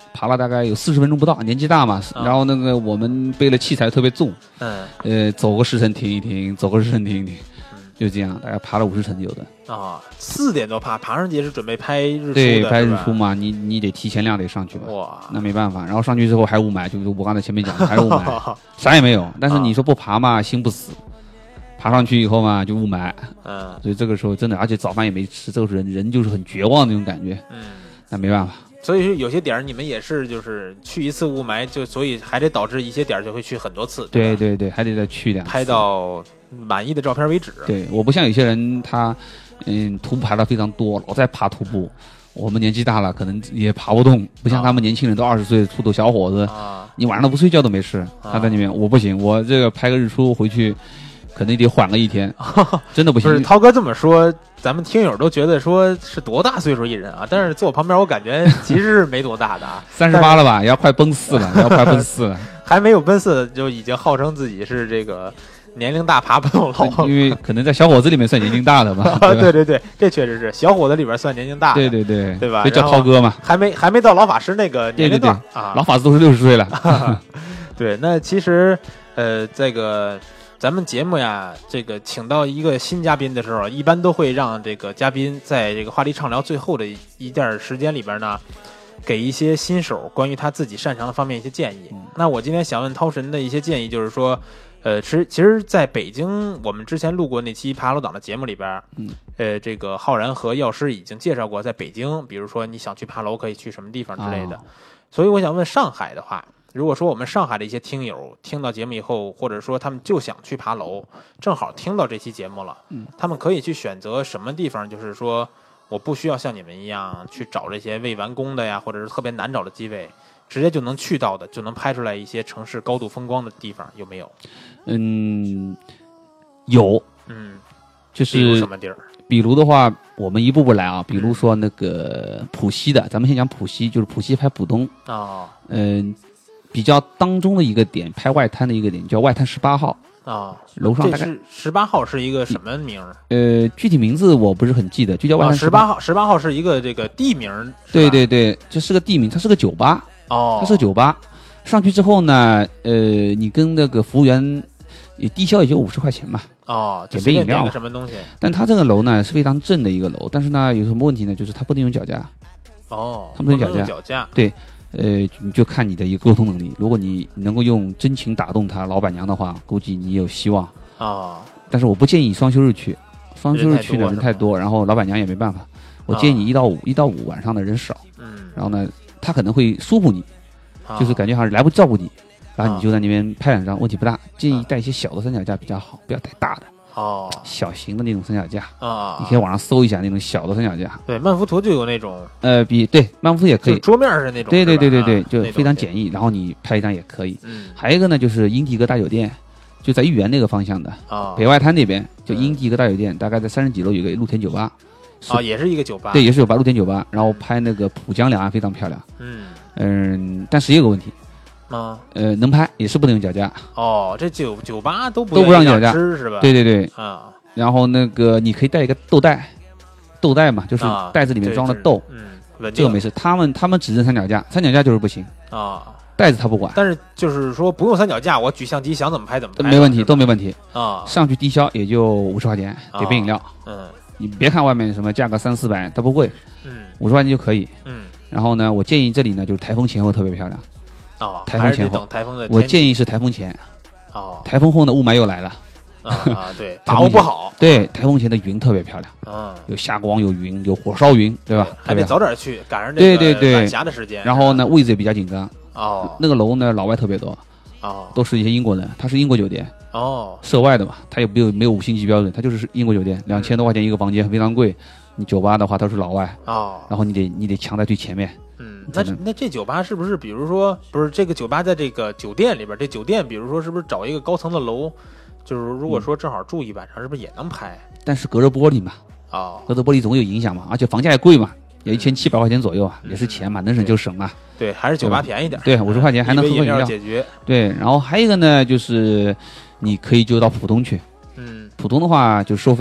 爬了大概有四十分钟不到，年纪大嘛， 啊、 然后那个我们背的器材特别重， 嗯， 呃，走个十层停一停，走个十层停一停，就这样，大概爬了五十层有的。 啊，四点多爬，爬上去是准备拍日出的， 对，拍日出嘛，你你得提前量得上去吧。 哇， 那没办法，然后上去之后还雾霾，就是我刚才前面讲的还是雾霾，啥也没有。但是你说不爬嘛，心不死。爬上去以后嘛，就雾霾， 嗯， 所以这个时候真的，而且早饭也没吃，这个人人就是很绝望那种感觉， 嗯， 那没办法。 所以说有些点儿你们也是，就是去一次雾霾，就所以还得导致一些点儿就会去很多次， 对对对，还得再去两次， 拍到满意的照片为止。 对，我不像有些人他，嗯，徒步爬的非常多，老在爬徒步。我们年纪大了，可能也爬不动，不像他们年轻人都二十岁出头小伙子， 啊， 你晚上都不睡觉都没事。 啊、 他在里面，我不行，我这个拍个日出回去。可能得缓个一天，真的不行。 不是涛哥这么说，咱们听友都觉得说是多大岁数一人啊？但是坐我旁边，我感觉其实是没多大的啊， 三十八了吧，也要快奔四了，也要快奔四了， 还没有奔四就已经号称自己是这个年龄大爬不动了。 因为可能在小伙子里面算年龄大的嘛。 对, 对对对，这确实是小伙子里边算年龄大的。 对对对， 对吧？ 就叫涛哥嘛， 还没还没到老法师那个年龄段。 对对对啊， 老法师都是六十岁了。 对，那其实呃，这个。咱们节目呀，这个请到一个新嘉宾的时候，一般都会让这个嘉宾在这个话题畅聊最后的一段时间里边呢，给一些新手关于他自己擅长的方面一些建议。嗯、那我今天想问涛神的一些建议，就是说，呃，其实其实，在北京，我们之前录过那期爬楼党的节目里边，嗯，呃，这个浩然和药师已经介绍过，在北京，比如说你想去爬楼，可以去什么地方之类的。哦、所以我想问上海的话。如果说我们上海的一些听友听到节目以后，或者说他们就想去爬楼，正好听到这期节目了，嗯，他们可以去选择什么地方？就是说，我不需要像你们一样去找这些未完工的呀，或者是特别难找的机位，直接就能去到的，就能拍出来一些城市高度风光的地方，有没有？ 嗯，有， 嗯， 就是比如什么地儿？ 比如的话，我们一步步来啊。比如说那个浦西的，咱们先讲浦西，就是浦西拍浦东啊， 哦、 嗯。比较当中的一个点，拍外滩的一个点叫外滩十八号啊， 楼上大概是十八号是一个什么名？ 呃，具体名字我不是很记得，就叫外滩十八号。十八号是一个这个地名， 对对对，这是个地名，它是个酒吧哦， 它是个酒吧。上去之后呢，呃，你跟那个服务员也低消也就五十块钱嘛， 哦， 点杯饮料什么东西。 但它这个楼呢是非常正的一个楼，但是呢有什么问题呢？就是它不能用脚架。 哦， 它不能用脚架。 脚架。 对。呃，你就看你的一个沟通能力。如果你能够用真情打动他老板娘的话，估计你有希望啊、哦。 但是我不建议双休日去，双休日去呢人太多，然后老板娘也没办法。我建议你一到五，一、哦、到五晚上的人少， 嗯， 然后呢，他可能会疏忽你， 哦、 就是感觉好像来不及照顾你，然后你就在那边拍两张，问题不大。建议带一些小的三脚架比较好，不要带大的。 哦， 小型的那种三脚架啊， 你可以网上搜一下那种小的三脚架。 对，曼福图就有那种， 呃，比对曼福图也可以， 桌面是那种， 对对对对对， 啊、 就非常简易，然后你拍一张也可以。 嗯， 还有一个呢，就是英迪格大酒店，就在豫园那个方向的啊， 北外滩那边，就英迪格大酒店，大概在三十几楼有个露天酒吧。 啊，也是一个酒吧， 对，也是酒吧，露天酒吧，然后拍那个浦江两岸非常漂亮。 嗯嗯，但是也有个问题。 啊， 呃，能拍也是不能用脚架。 哦，这酒酒吧都不都不让脚架吃是吧？ 对对对啊。 然后那个你可以带一个豆袋，豆袋嘛，就是袋子里面装了豆， 嗯， 这个没事。他们他们只认三脚架，三脚架就是不行啊， 袋子他不管。 但是就是说不用三脚架，我举相机想怎么拍怎么拍， 没问题，都没问题啊。 上去低消也就五十块钱，给杯饮料。 嗯， 你别看外面什么价格三四百，它不贵， 嗯， 五十块钱就可以。 嗯， 然后呢，我建议这里呢就是台风前后特别漂亮。 哦， 台风前后， 等台风的， 我建议是台风前。 哦， 台风后呢，雾霾又来了。 啊，对，把握不好。 对，台风前的云特别漂亮， 嗯， 有霞光，有云，有火烧云，对吧？ 还得早点去，赶上这个晚霞的时间。 然后呢，位置也比较紧张。 哦， 那个楼呢，老外特别多。 哦， 都是一些英国人，它是英国酒店。 哦， 涉外的嘛，它也没有没有五星级标准，它就是英国酒店，两千多块钱一个房间，非常贵。你酒吧的话，都是老外。 哦， 然后你得你得抢在最前面。 嗯，那那这酒吧是不是，比如说，不是这个酒吧在这个酒店里边，这酒店比如说是不是找一个高层的楼？就是如果说正好住一晚上，是不是也能拍？ 但是隔着玻璃嘛， 哦， 隔着玻璃总有影响嘛，而且房价也贵嘛，也一千七百块钱左右啊， 嗯、 也是钱嘛，能省就省嘛。 对，还是酒吧便宜点。 对，五十块钱还能喝饮料解决。 对，然后还有一个呢，就是你可以就到浦东去。 嗯， 浦东的话就是收费的，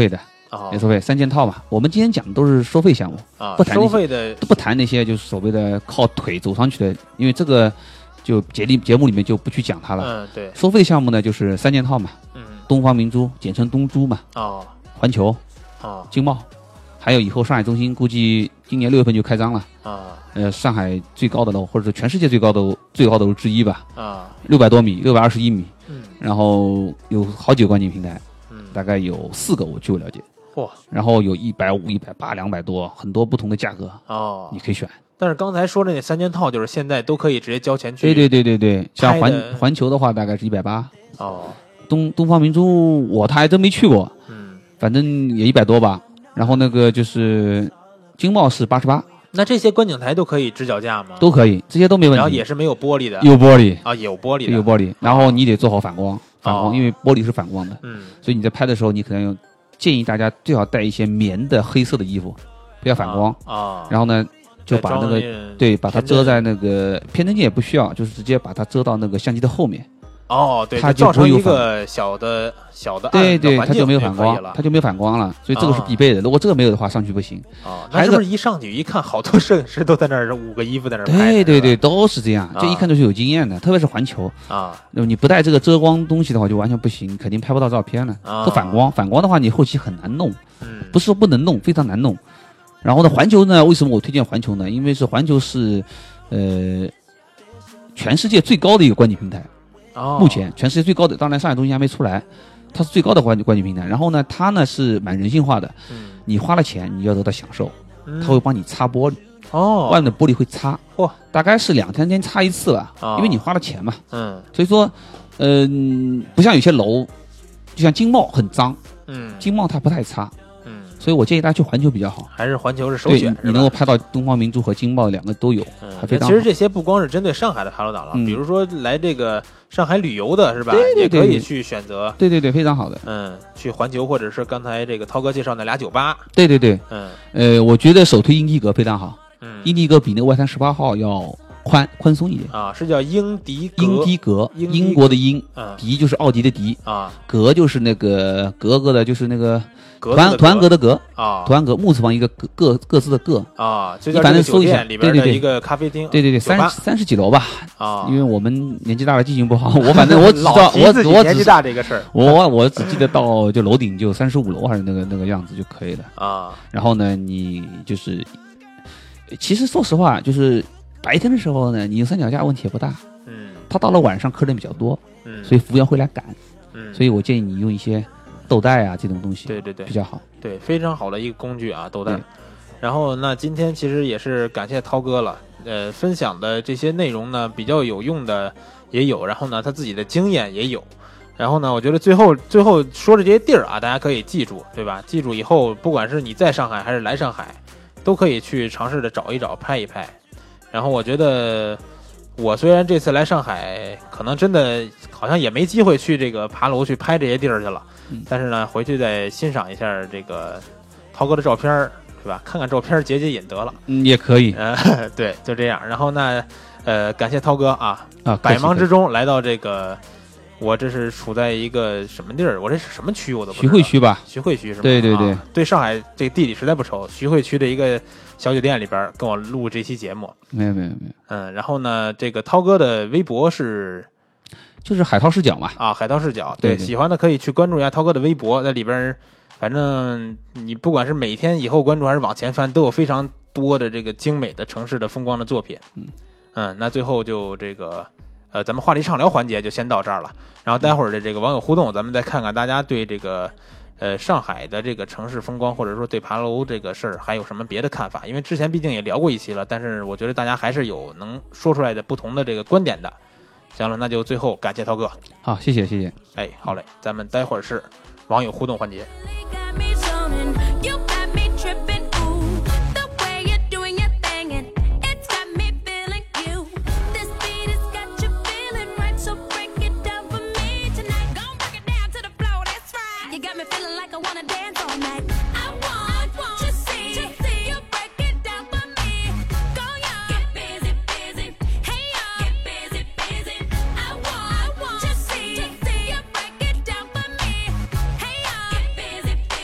啊， 也收费三件套嘛。我们今天讲的都是收费项目啊， 不谈收费的不谈那些就是所谓的靠腿走上去的，因为这个就节里节目里面就不去讲它了。 嗯，对， 收费项目呢就是三件套嘛， 嗯， 东方明珠简称东珠嘛， 哦， 环球， 哦， 经贸，还有以后上海中心估计今年六月份就开张了。 啊， 呃，上海最高的楼，或者是全世界最高的最高的楼之一吧， 啊， 六百多米，六百二十一米， 嗯， 然后有好几个观景平台， 嗯， 大概有四个，我据我了解， 嚯， 然后有一百五、一百八、两百多，很多不同的价格， 哦， 你可以选。 但是刚才说的那三件套，就是现在都可以直接交钱去。 对对对对对，像环拍的环球的话，大概是一百八， 哦， 东东方明珠我他还真没去过， 嗯， 反正也一百多吧。然后那个就是经贸是八十八， 那这些观景台都可以支脚架吗？ 都可以，这些都没问题。 然后也是没有玻璃的， 有玻璃啊，有玻璃的， 有玻璃，然后你得做好反光，反光， 哦因为玻璃是反光的， 嗯， 所以你在拍的时候，你可能有建议大家最好带一些棉的黑色的衣服，不要反光。 啊， 然后呢，就把那个对把它遮在那个偏灯镜也不需要，就是直接把它遮到那个相机的后面。 哦，对， 它就造成一就不会有反个小的小的对对，它暗的环境就没有反光可以了， 它就没有反光了，所以这个是哦必备的。如果这个没有的话，上去不行。 哦， 还有个那是不是一上去一看，好多摄影师都在那儿捂个衣服在那儿拍？ 对对对， 是都是这样，这一看就是有经验的，特别是环球。 吧啊， 那么你不带这个遮光东西的话，就完全不行，肯定拍不到照片了。 啊和反光，反光的话你后期很难弄， 嗯， 不是说不能弄，非常难弄。然后呢，环球呢，为什么我推荐环球呢？因为是环球是，呃，全世界最高的一个观景平台。 哦， 目前全世界最高的，当然上海中心还没出来，它是最高的观观景平台。然后呢，它呢是蛮人性化的， 嗯， 你花了钱，你要得到享受， 嗯它会帮你擦玻璃， 哦， 外面的玻璃会擦， 嚯， 大概是两三天擦一次吧， 哦因为你花了钱嘛。 嗯所以说，嗯、不像有些楼，就像金茂很脏， 嗯金茂它不太擦， 嗯， 所以我建议大家去环球比较好。 还是环球是首对， 选， 你能够拍到东方明珠和金茂两个都有， 嗯， 还非常好。 其实这些不光是针对上海的爬楼党了， 嗯比如说来这个上海旅游的是吧？ 对对对也可以去选择， 对对对，非常好的。 嗯，去环球或者是刚才这个涛哥介绍那俩酒吧， 对对对， 嗯呃，我觉得首推英迪格非常好， 嗯， 英迪格比那个外滩十八号要宽宽松一点。 啊是叫英迪格， 英迪格， 英迪英国的英， 嗯迪就是奥迪的迪， 啊， 格就是那个格格的，就是那个格团团格的格， 啊团格木字旁一个各各各自的各。 啊，就你叫这个酒反正搜一下店里边对对对的一个咖啡厅， 对对对， 酒吧三三十几楼吧， 啊， 因为我们年纪大了记性不好，我反正我只知道老提我自己年纪我只大这个事儿我我只记得到就楼顶就三十五楼还是那个那个样子就可以了。 啊， 然后呢，你就是其实说实话，就是白天的时候呢，你用三脚架问题也不大。 嗯他到了晚上客人比较多， 嗯， 所以服务员会来赶， 嗯， 所以我建议你用一些豆袋啊这种东西， 对对对比较好。 对，非常好的一个工具啊，豆袋对。 然后那今天其实也是感谢涛哥了，呃，分享的这些内容呢比较有用的也有，然后呢他自己的经验也有，然后呢我觉得最后最后说的这些地儿啊，大家可以记住，对吧？记住以后不管是你在上海还是来上海，都可以去尝试着找一找拍一拍。然后我觉得我虽然这次来上海，可能真的好像也没机会去这个爬楼去拍这些地儿去了， 嗯但是呢回去再欣赏一下这个涛哥的照片儿，是吧？看看照片解解瘾得了。 嗯，也可以呃，对，就这样。然后呢，呃，感谢涛哥啊， 啊， 百忙之中， 中来到这个，我这是处在一个什么地儿？我这是什么区？我都不知道。 徐汇区吧？ 徐汇区是吗？ 对对对啊对上海这个地理实在不熟。徐汇区的一个小酒店里边跟我录这期节目。 没有没有没有， 嗯，然后呢，这个涛哥的微博是就是海涛视角嘛。 啊，海涛视角。 对对喜欢的可以去关注一下涛哥的微博，在里边，反正你不管是每天以后关注还是往前翻，都有非常多的这个精美的城市的风光的作品。 嗯嗯，那最后就这个呃，咱们话题畅聊环节就先到这儿了。然后待会儿的这个网友互动，咱们再看看大家对这个呃上海的这个城市风光，或者说对爬楼这个事儿还有什么别的看法？因为之前毕竟也聊过一期了，但是我觉得大家还是有能说出来的不同的这个观点的。行了，那就最后感谢涛哥。 好，谢谢谢谢。 哎，好嘞，咱们待会儿是网友互动环节。 got me zoning, you got me tripping, ooh. The way you're doing your thing, and it's got me feeling you. This beat has got you feeling right, so break it down for me tonight. Gon' break it down to the floor, that's right. You got me feeling like I wanna dance all night. I want, I want to see, to see you break it down for me. Go young, get busy, busy. Hey y'all, get busy, busy. I want, I want to see, to see you break it down for me. Hey y'all, get busy, busy.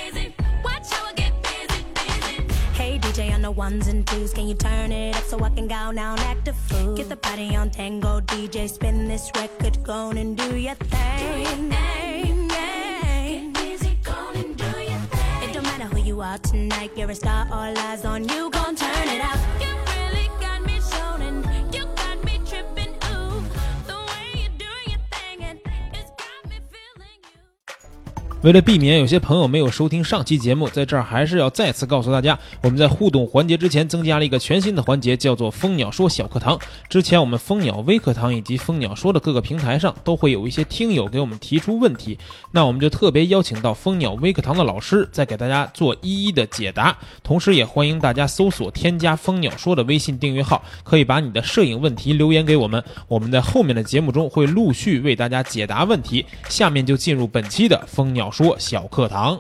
ones and twos. Can you turn it up so I can go now and act a fool? Get the party on tango, D J, spin this record, go on and do your thing. Get busy, go on and do your thing. It don't matter who you are tonight, you're a star, all eyes on you, gon' turn it up. You really got me zoning, you got me tripping, ooh. The way you're doing your thing, and it's got me feeling you. 为了避免有些朋友没有收听上期节目，在这儿还是要再次告诉大家，我们在互动环节之前增加了一个全新的环节，叫做蜂鸟说小课堂。之前我们蜂鸟微课堂以及蜂鸟说的各个平台上都会有一些听友给我们提出问题，那我们就特别邀请到蜂鸟微课堂的老师再给大家做一一的解答，同时也欢迎大家搜索添加蜂鸟说的微信订阅号，可以把你的摄影问题留言给我们，我们在后面的节目中会陆续为大家解答问题。下面就进入本期的蜂鸟说小课堂。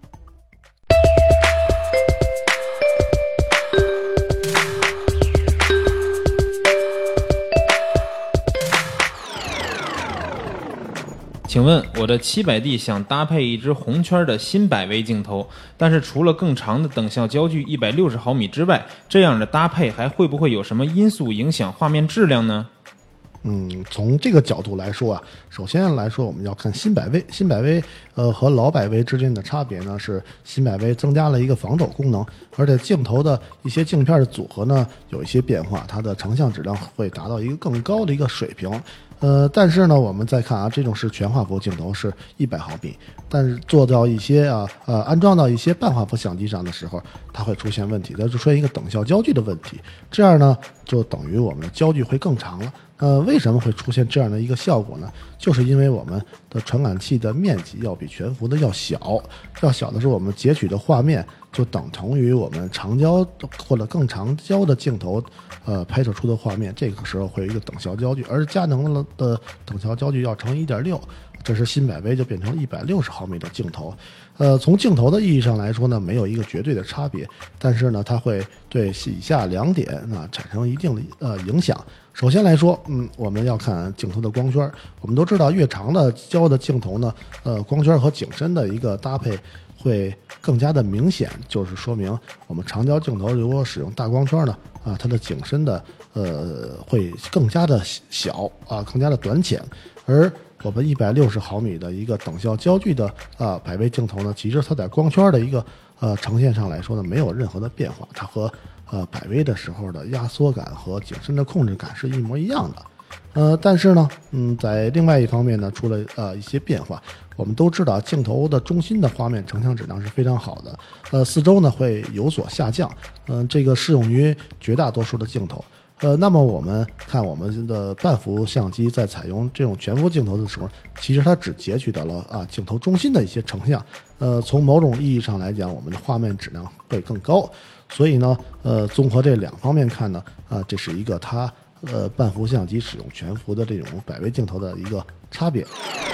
请问我的七百 D 想搭配一支红圈的新百微镜头，但是除了更长的等效焦距一百六十毫米之外，这样的搭配还会不会有什么因素影响画面质量呢？ 嗯，从这个角度来说啊，首先来说我们要看新百微，新百微呃和老百微之间的差别呢是新百微增加了一个防抖功能，而且镜头的一些镜片的组合呢有一些变化，它的成像质量会达到一个更高的一个水平。呃，但是呢，我们再看啊，这种是全画幅镜头，是一百毫米，但是做到一些啊呃安装到一些半画幅相机上的时候，它会出现问题，它就出现一个等效焦距的问题。这样呢，就等于我们的焦距会更长了。呃，为什么会出现这样的一个效果呢？就是因为我们的传感器的面积要比全幅的要小，要小的是我们截取的画面就等同于我们长焦或者更长焦的镜头，呃，拍摄出的画面，这个时候会有一个等效焦距，而佳能的等效焦距要乘 一点六， 这是新百微就变成一百六十毫米的镜头。呃，从镜头的意义上来说呢，没有一个绝对的差别，但是呢，它会对以下两点啊产生一定的呃影响。首先来说，嗯，我们要看镜头的光圈。我们都知道，越长的焦的镜头呢，呃，光圈和景深的一个搭配会更加的明显，就是说明我们长焦镜头如果使用大光圈呢，啊，它的景深的呃会更加的小啊，更加的短浅，而我们一百六十毫米的一个等效焦距的啊百微镜头呢，其实它在光圈的一个呃呈现上来说呢，没有任何的变化，它和呃百微的时候的压缩感和景深的控制感是一模一样的。呃，但是呢，嗯，在另外一方面呢，出了呃一些变化。我们都知道，镜头的中心的画面成像质量是非常好的，呃，四周呢会有所下降，嗯、呃，这个适用于绝大多数的镜头。呃，那么我们看我们的半幅相机在采用这种全幅镜头的时候，其实它只截取到了啊镜头中心的一些成像。呃，从某种意义上来讲，我们的画面质量会更高。所以呢，呃，综合这两方面看呢，啊、呃，这是一个它呃半幅相机使用全幅的这种百微镜头的一个差别。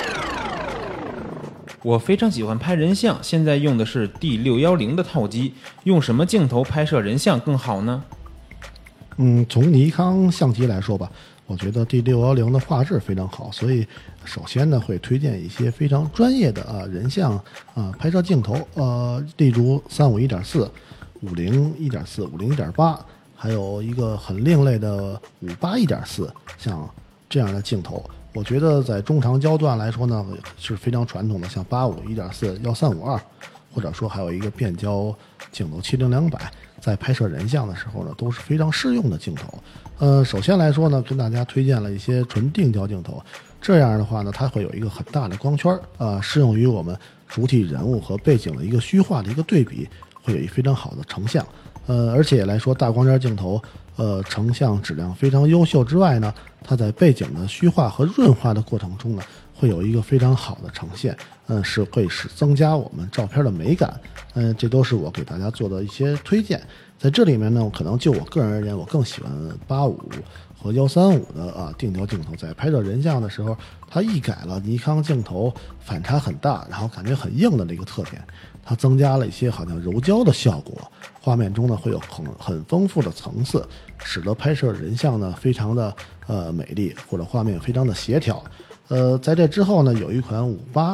我非常喜欢拍人像，现在用的是 D 六一零 的套机，用什么镜头拍摄人像更好呢？ 嗯，从尼康相机来说吧，我觉得 D 六一零 的画质非常好，所以首先呢会推荐一些非常专业的啊人像啊拍摄镜头，呃，例如三五一点四、五零一点四、五零一点八，还有一个很另类的五八一点四，像这样的镜头。我觉得在中长焦段来说呢是非常传统的，像八五一点四、一三五二，或者说还有一个变焦镜头七零两百，在拍摄人像的时候呢都是非常适用的镜头。呃，首先来说呢，跟大家推荐了一些纯定焦镜头，这样的话呢，它会有一个很大的光圈，啊、呃，适用于我们主体人物和背景的一个虚化的一个对比，会有一非常好的成像。呃，而且来说，大光圈镜头，呃，成像质量非常优秀之外呢，它在背景的虚化和润化的过程中呢，会有一个非常好的呈现，嗯、呃，是会使增加我们照片的美感。嗯、呃，这都是我给大家做的一些推荐。在这里面呢，可能就我个人而言，我更喜欢八五和一三五的啊定焦镜头，在拍摄人像的时候，它一改了尼康镜头反差很大，然后感觉很硬的那个特点，它增加了一些好像柔焦的效果，画面中呢会有很很丰富的层次，使得拍摄人像呢非常的呃美丽，或者画面非常的协调。呃，在这之后呢，有一款五八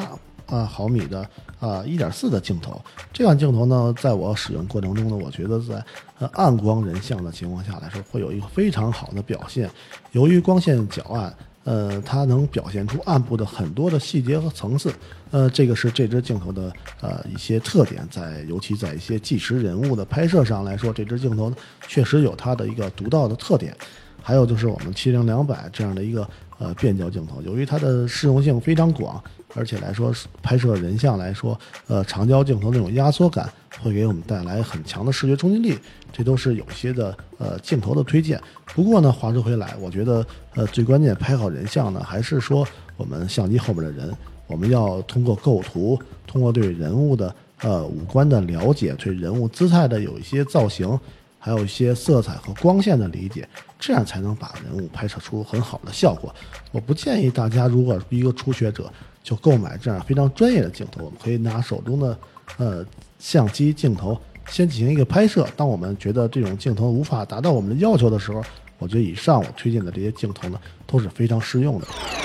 啊毫米的啊一点四的镜头。这款镜头呢，在我使用过程中呢，我觉得在呃暗光人像的情况下来说，会有一个非常好的表现。由于光线较暗，呃，它能表现出暗部的很多的细节和层次。呃，这个是这支镜头的呃一些特点，在尤其在一些纪实人物的拍摄上来说，这支镜头呢确实有它的一个独到的特点。还有就是我们七零两百这样的一个呃变焦镜头，由于它的适用性非常广，而且来说拍摄人像来说，呃长焦镜头那种压缩感会给我们带来很强的视觉冲击力，这都是有些的呃镜头的推荐。不过呢，话说回来，我觉得呃最关键拍好人像呢，还是说我们相机后边的人，我们要通过构图，通过对人物的呃五官的了解，对人物姿态的有一些造型，还有一些色彩和光线的理解，这样才能把人物拍摄出很好的效果。我不建议大家如果是一个初学者就购买这样非常专业的镜头，我们可以拿手中的呃相机镜头先进行一个拍摄。当我们觉得这种镜头无法达到我们的要求的时候，我觉得以上我推荐的这些镜头呢都是非常适用的。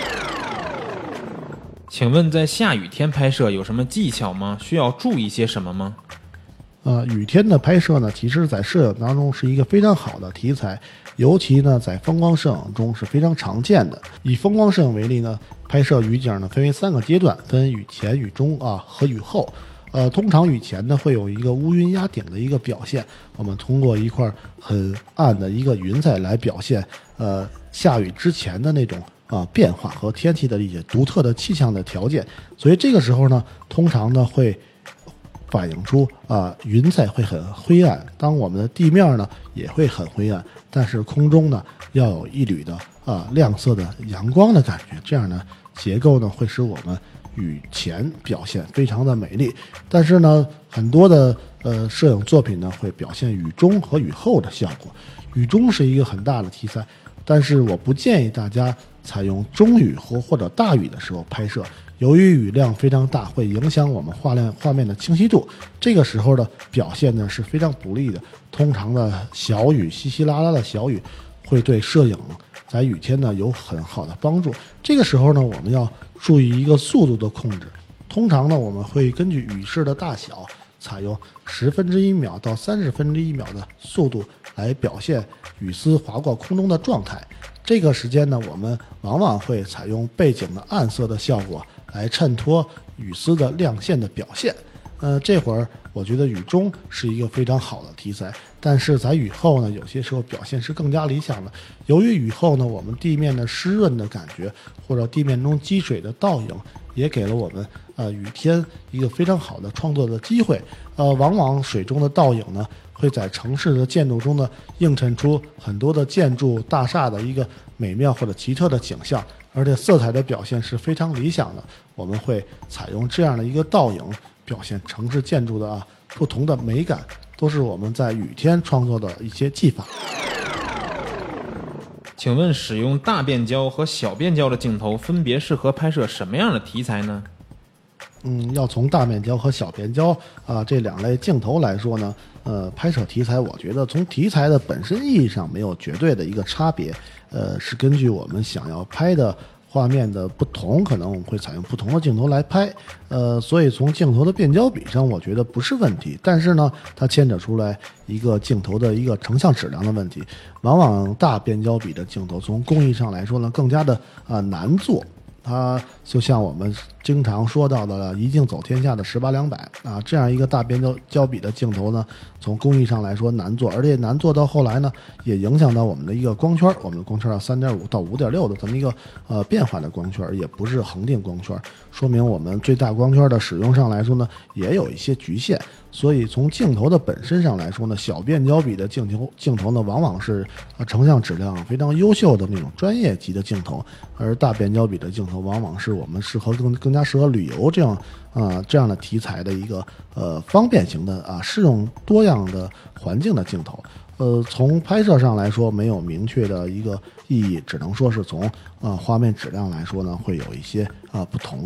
请问在下雨天拍摄有什么技巧吗？需要注意些什么吗？ 呃，雨天的拍摄呢，其实在摄影当中是一个非常好的题材，尤其呢在风光摄影中是非常常见的。以风光摄影为例呢，拍摄雨景呢分为三个阶段，分雨前、雨中啊和雨后。呃，通常雨前呢会有一个乌云压顶的一个表现，我们通过一块很暗的一个云彩来表现呃下雨之前的那种啊变化和天气的一些独特的气象的条件。所以这个时候呢，通常呢会反映出啊云彩会很灰暗，当我们的地面呢也会很灰暗，但是空中呢要有一缕的啊亮色的阳光的感觉，这样呢结构呢会使我们雨前表现非常的美丽。但是呢很多的呃摄影作品呢会表现雨中和雨后的效果。雨中是一个很大的题材，但是我不建议大家采用中雨或或者大雨的时候拍摄，由于雨量非常大，会影响我们画面画面的清晰度，这个时候的表现呢是非常不利的。通常的小雨，稀稀拉拉的小雨会对摄影在雨天呢有很好的帮助。这个时候呢，我们要注意一个速度的控制。通常呢，我们会根据雨势的大小，采用十分之一秒到三十分之一秒的速度来表现雨丝划过空中的状态。这个时间呢，我们往往会采用背景的暗色的效果来衬托雨丝的亮线的表现。呃，这会儿我觉得雨中是一个非常好的题材，但是在雨后呢，有些时候表现是更加理想的。由于雨后呢，我们地面的湿润的感觉，或者地面中积水的倒影，也给了我们呃雨天一个非常好的创作的机会。呃，往往水中的倒影呢，会在城市的建筑中呢映衬出很多的建筑大厦的一个美妙或者奇特的景象，而且色彩的表现是非常理想的。我们会采用这样的一个倒影，表现城市建筑的啊不同的美感，都是我们在雨天创作的一些技法。 请问使用大变焦和小变焦的镜头分别适合拍摄什么样的题材呢？ 嗯，要从大变焦和小变焦啊这两类镜头来说呢，呃，拍摄题材，我觉得从题材的本身意义上没有绝对的一个差别，呃，是根据我们想要拍的画面的不同，可能我们会采用不同的镜头来拍，呃，所以从镜头的变焦比上，我觉得不是问题。但是呢，它牵扯出来一个镜头的一个成像质量的问题。往往大变焦比的镜头，从工艺上来说呢，更加的啊、呃、难做。它就像我们经常说到的一镜走天下的十八两百啊，这样一个大变焦焦比的镜头呢，从工艺上来说难做，而且难做到后来呢，也影响到我们的一个光圈，我们的光圈要 三点五 到 五点六 的这么一个呃变化的光圈，也不是恒定光圈，说明我们最大光圈的使用上来说呢，也有一些局限。所以从镜头的本身上来说呢，小变焦比的镜头镜头呢，往往是呃成像质量非常优秀的那种专业级的镜头，而大变焦比的镜头往往是我们适合更更加适合旅游这样啊、呃、这样的题材的一个呃方便型的啊适用多样的环境的镜头。呃，从拍摄上来说没有明确的一个意义，只能说是从啊、呃、画面质量来说呢，会有一些啊、呃、不同。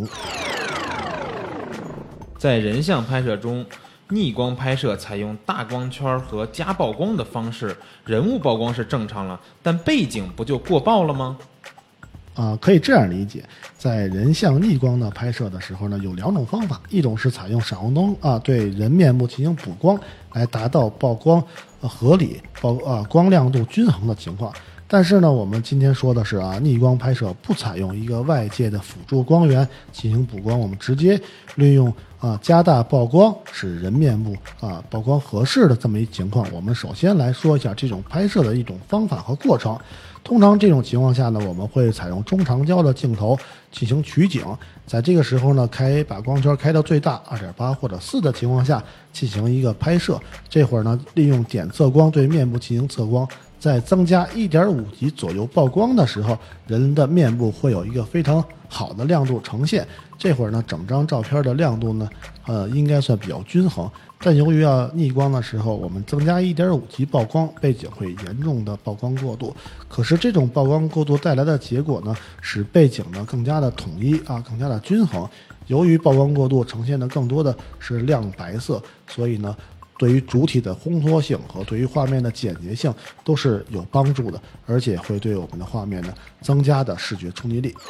在人像拍摄中，逆光拍摄采用大光圈和加曝光的方式，人物曝光是正常了，但背景不就过曝了吗？ 啊、可以这样理解，在人像逆光的拍摄的时候呢，有两种方法，一种是采用闪光灯啊对人面部进行补光，来达到曝光、呃、合理、曝啊光亮度均衡的情况。但是呢，我们今天说的是啊，逆光拍摄不采用一个外界的辅助光源进行补光，我们直接利用啊加大曝光，使人面部啊曝光合适的这么一情况。我们首先来说一下这种拍摄的一种方法和过程。通常这种情况下呢，我们会采用中长焦的镜头进行取景，在这个时候呢，开把光圈开到最大 二点八 或者四的情况下进行一个拍摄。这会儿呢，利用点测光对面部进行测光，在增加 一点五 级左右曝光的时候，人的面部会有一个非常好的亮度呈现。这会儿呢，整张照片的亮度呢，呃，应该算比较均衡。但由于要逆光的时候，我们增加 一点五 级曝光，背景会严重的曝光过度。可是这种曝光过度带来的结果呢，使背景呢更加的统一啊，更加的均衡。由于曝光过度呈现的更多的是亮白色，所以呢，对于主体的烘托性和对于画面的简洁性都是有帮助的，而且会对我们的画面呢增加的视觉冲击力。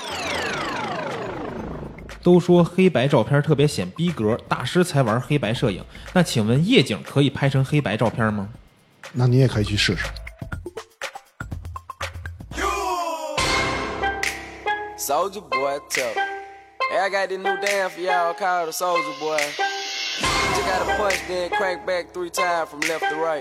都说黑白照片特别显逼格，大师才玩黑白摄影。那请问夜景可以拍成黑白照片吗？ 那你也可以去试试。 Soldier boy, tough. Hey, I got this new dance for y'all called the Soldier Boy. You just gotta punch, then crank back three times from left to right.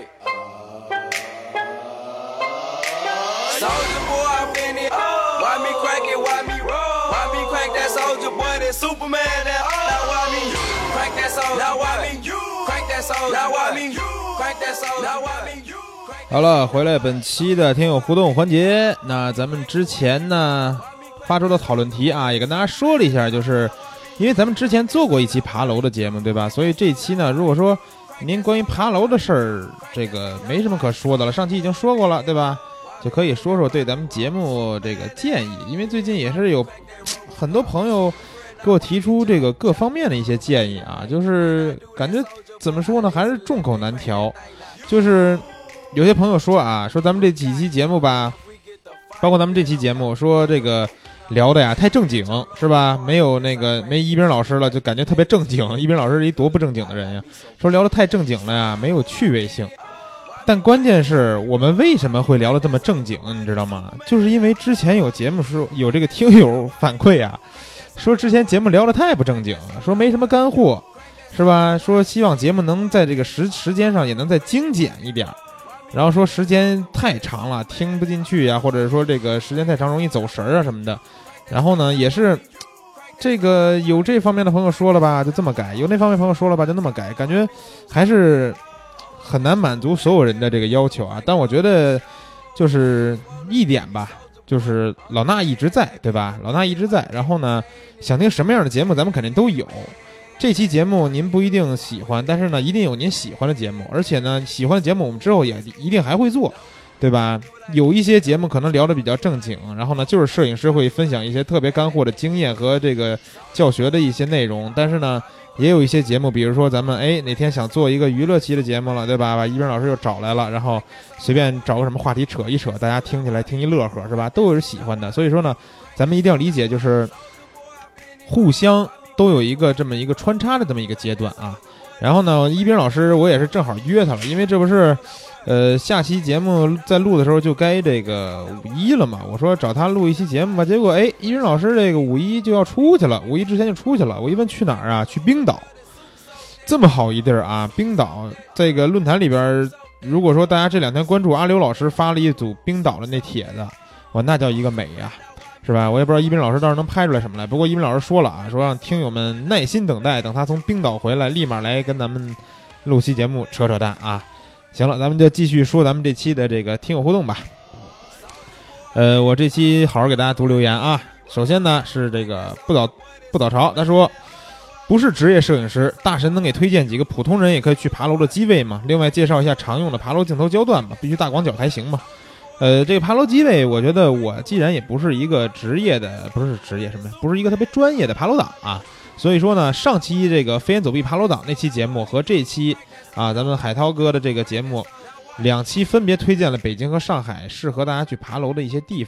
Soldier boy, I'm in it. Why me crank it? Why me roll? Why me crank that Soldier boy? That Superman? That now why me crank that Soldier? Now why me crank that Soldier? Now why me crank that Soldier? Now why me? 好了，回来本期的听友互动环节。那咱们之前呢发出的讨论题啊，也跟大家说了一下，就是因为咱们之前做过一期爬楼的节目，对吧？所以这期呢，如果说您关于爬楼的事儿，这个没什么可说的了，上期已经说过了，对吧？就可以说说对咱们节目这个建议，因为最近也是有很多朋友给我提出这个各方面的一些建议啊，就是感觉怎么说呢，还是众口难调。就是有些朋友说啊，说咱们这几期节目吧，包括咱们这期节目说这个聊的呀太正经，是吧？没有那个没一冰老师了，就感觉特别正经。一冰老师是一多不正经的人呀，说聊的太正经了呀，没有趣味性。但关键是我们为什么会聊得这么正经，你知道吗？就是因为之前有节目说有这个听友反馈啊，说之前节目聊得太不正经了，说没什么干货，是吧？说希望节目能在这个时时间上也能再精简一点，然后说时间太长了听不进去呀、啊，或者说这个时间太长容易走神啊什么的。然后呢，也是这个有这方面的朋友说了吧，就这么改；有那方面朋友说了吧，就那么改。感觉还是很难满足所有人的这个要求啊。但我觉得就是一点吧，就是老衲一直在，对吧？老衲一直在。然后呢，想听什么样的节目，咱们肯定都有。这期节目您不一定喜欢，但是呢，一定有您喜欢的节目，而且呢，喜欢的节目我们之后也一定还会做，对吧？有一些节目可能聊得比较正经，然后呢，就是摄影师会分享一些特别干货的经验和这个教学的一些内容，但是呢，也有一些节目，比如说咱们哎哪天想做一个娱乐期的节目了，对吧？把一冰老师又找来了，然后随便找个什么话题扯一扯，大家听起来听一乐呵，是吧？都有喜欢的，所以说呢，咱们一定要理解，就是互相都有一个这么一个穿插的这么一个阶段啊。然后呢，一冰老师我也是正好约他了，因为这不是呃下期节目在录的时候就该这个五一了嘛，我说找他录一期节目吧，结果哎一冰老师这个五一就要出去了，五一之前就出去了。我一问去哪儿啊？去冰岛，这么好一地儿啊！冰岛这个论坛里边，如果说大家这两天关注阿刘老师发了一组冰岛的那帖子，哇，那叫一个美呀、啊！是吧？我也不知道一冰老师到时候能拍出来什么来。不过一冰老师说了啊，说让听友们耐心等待，等他从冰岛回来，立马来跟咱们录期节目扯扯淡啊。行了，咱们就继续说咱们这期的这个听友互动吧。呃，我这期好好给大家读留言啊。首先呢是这个不早不早朝，他说不是职业摄影师，大神能给推荐几个普通人也可以去爬楼的机位吗？另外介绍一下常用的爬楼镜头焦段吧，必须大广角才行吗？呃，这个爬楼机位，我觉得我既然也不是一个职业的，不是职业什么，不是一个特别专业的爬楼党啊，所以说呢，上期这个飞檐走壁爬楼党那期节目和这期啊，咱们海涛哥的这个节目，两期分别推荐了北京和上海适合大家去爬楼的一些地方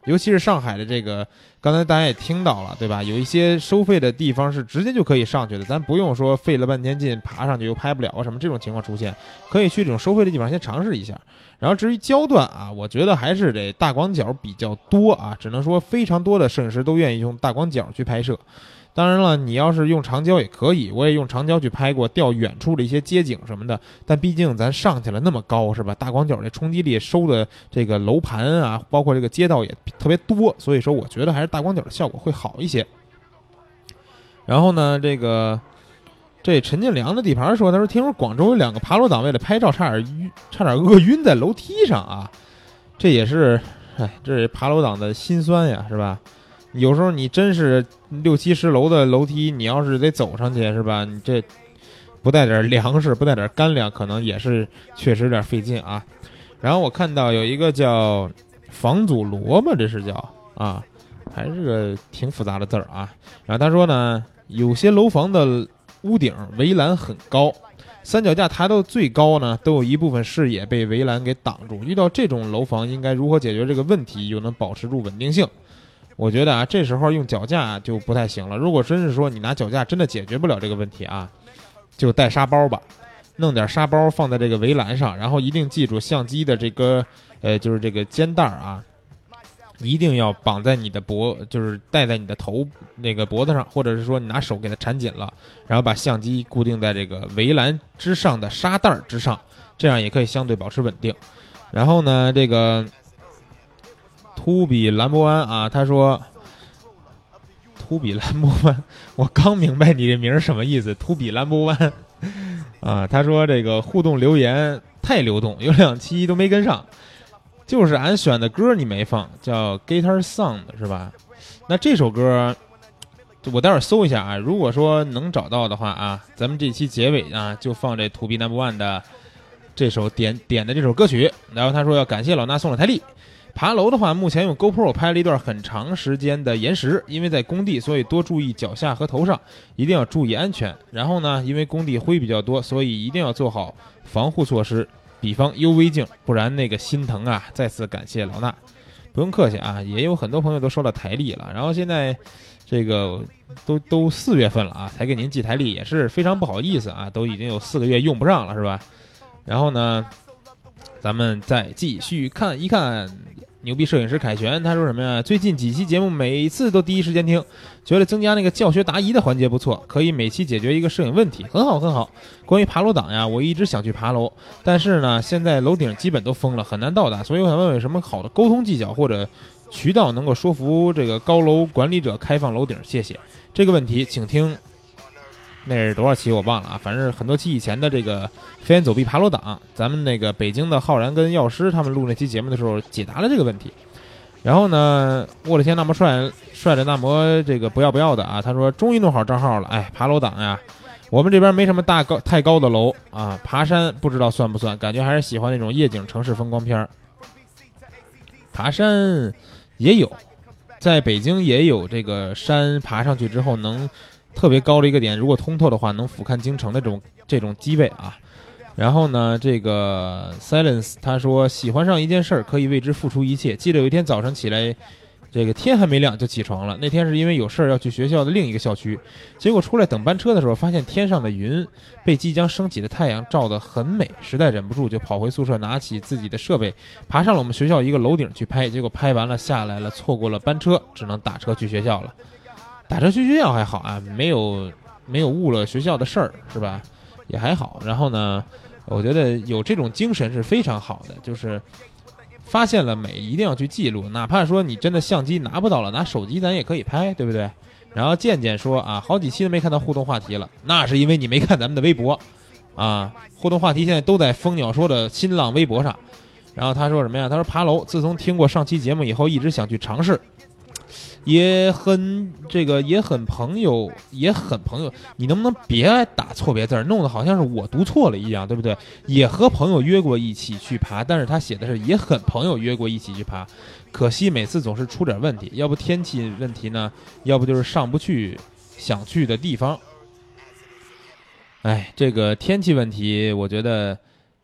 尤其是上海的这个，刚才大家也听到了，对吧？有一些收费的地方是直接就可以上去的，咱不用说费了半天劲爬上去又拍不了啊什么这种情况出现，可以去这种收费的地方先尝试一下。然后至于焦段啊，我觉得还是得大广角比较多啊，只能说非常多的摄影师都愿意用大广角去拍摄。当然了，你要是用长焦也可以，我也用长焦去拍过调远处的一些街景什么的，但毕竟咱上去了那么高是吧？大广角这冲击力收的这个楼盘啊，包括这个街道也特别多，所以说我觉得还是大广角的效果会好一些。然后呢，这个这陈建良的地盘说，他说听说广州有两个爬楼党为了拍照差点晕，差点饿晕在楼梯上啊，这也是，哎，这是爬楼党的辛酸呀，是吧？有时候你真是六七十楼的楼梯，你要是得走上去是吧？你这不带点粮食，不带点干粮，可能也是确实有点费劲啊。然后我看到有一个叫房祖萝卜，这是叫啊，还是个挺复杂的字儿啊。然后他说呢，有些楼房的屋顶围栏很高，三脚架抬到最高呢，都有一部分视野被围栏给挡住。遇到这种楼房，应该如何解决这个问题，又能保持住稳定性？我觉得啊，这时候用脚架就不太行了。如果真是说你拿脚架真的解决不了这个问题啊，就带沙包吧，弄点沙包放在这个围栏上，然后一定记住相机的这个呃，就是这个肩带啊，一定要绑在你的脖，就是戴在你的头那个脖子上，或者是说你拿手给它缠紧了，然后把相机固定在这个围栏之上的沙袋之上，这样也可以相对保持稳定。然后呢，这个秃比兰博安啊，他说秃比兰博安，我刚明白你这名儿什么意思，秃比兰博安啊，他说这个互动留言太流动，有两期都没跟上，就是俺选的歌你没放，叫 Guitar Sound 是吧？那这首歌我待会儿搜一下啊，如果说能找到的话啊，咱们这期结尾啊就放这土比 number one 的这首点点的这首歌曲。然后他说要感谢老衲送了台历。爬楼的话，目前用 GoPro 拍了一段很长时间的延时，因为在工地，所以多注意脚下和头上，一定要注意安全。然后呢，因为工地灰比较多，所以一定要做好防护措施，比方 U V 镜，不然那个心疼啊。再次感谢老衲，不用客气啊。也有很多朋友都收到台历了，然后现在这个都都四月份了啊，才给您寄台历，也是非常不好意思啊，都已经有四个月用不上了是吧？然后呢，咱们再继续看一看。牛逼摄影师凯旋他说什么呀？最近几期节目每次都第一时间听，觉得增加那个教学答疑的环节不错，可以每期解决一个摄影问题，很好很好。关于爬楼党呀，我一直想去爬楼，但是呢，现在楼顶基本都封了，很难到达，所以我想问问有什么好的沟通技巧或者渠道能够说服这个高楼管理者开放楼顶？谢谢。这个问题请听那是多少期我忘了啊，反正很多期以前的这个飞檐走壁爬楼党，咱们那个北京的浩然跟药师他们录那期节目的时候解答了这个问题。然后呢，我的天那么帅帅的那么这个不要不要的啊，他说终于弄好账号了，哎，爬楼党呀，我们这边没什么大高太高的楼啊，爬山不知道算不算，感觉还是喜欢那种夜景城市风光片。爬山也有，在北京也有这个山爬上去之后能特别高的一个点，如果通透的话能俯瞰京城的这种这种机位啊。然后呢，这个 Silence 他说喜欢上一件事儿可以为之付出一切。记得有一天早上起来，这个天还没亮就起床了。那天是因为有事儿要去学校的另一个校区，结果出来等班车的时候，发现天上的云被即将升起的太阳照得很美，实在忍不住就跑回宿舍，拿起自己的设备，爬上了我们学校一个楼顶去拍。结果拍完了下来了，错过了班车，只能打车去学校了。打车去学校还好啊，没有没有误了学校的事儿，是吧？也还好。然后呢，我觉得有这种精神是非常好的，就是发现了美一定要去记录，哪怕说你真的相机拿不到了，拿手机咱也可以拍，对不对？然后健健说啊，好几期都没看到互动话题了，那是因为你没看咱们的微博啊，互动话题现在都在蜂鸟说的新浪微博上。然后他说什么呀？他说爬楼，自从听过上期节目以后，一直想去尝试。也很这个也很朋友也很朋友，你能不能别打错别字，弄得好像是我读错了一样，对不对？也和朋友约过一起去爬，但是他写的是也很朋友约过一起去爬，可惜每次总是出点问题，要不天气问题呢，要不就是上不去想去的地方。哎，这个天气问题，我觉得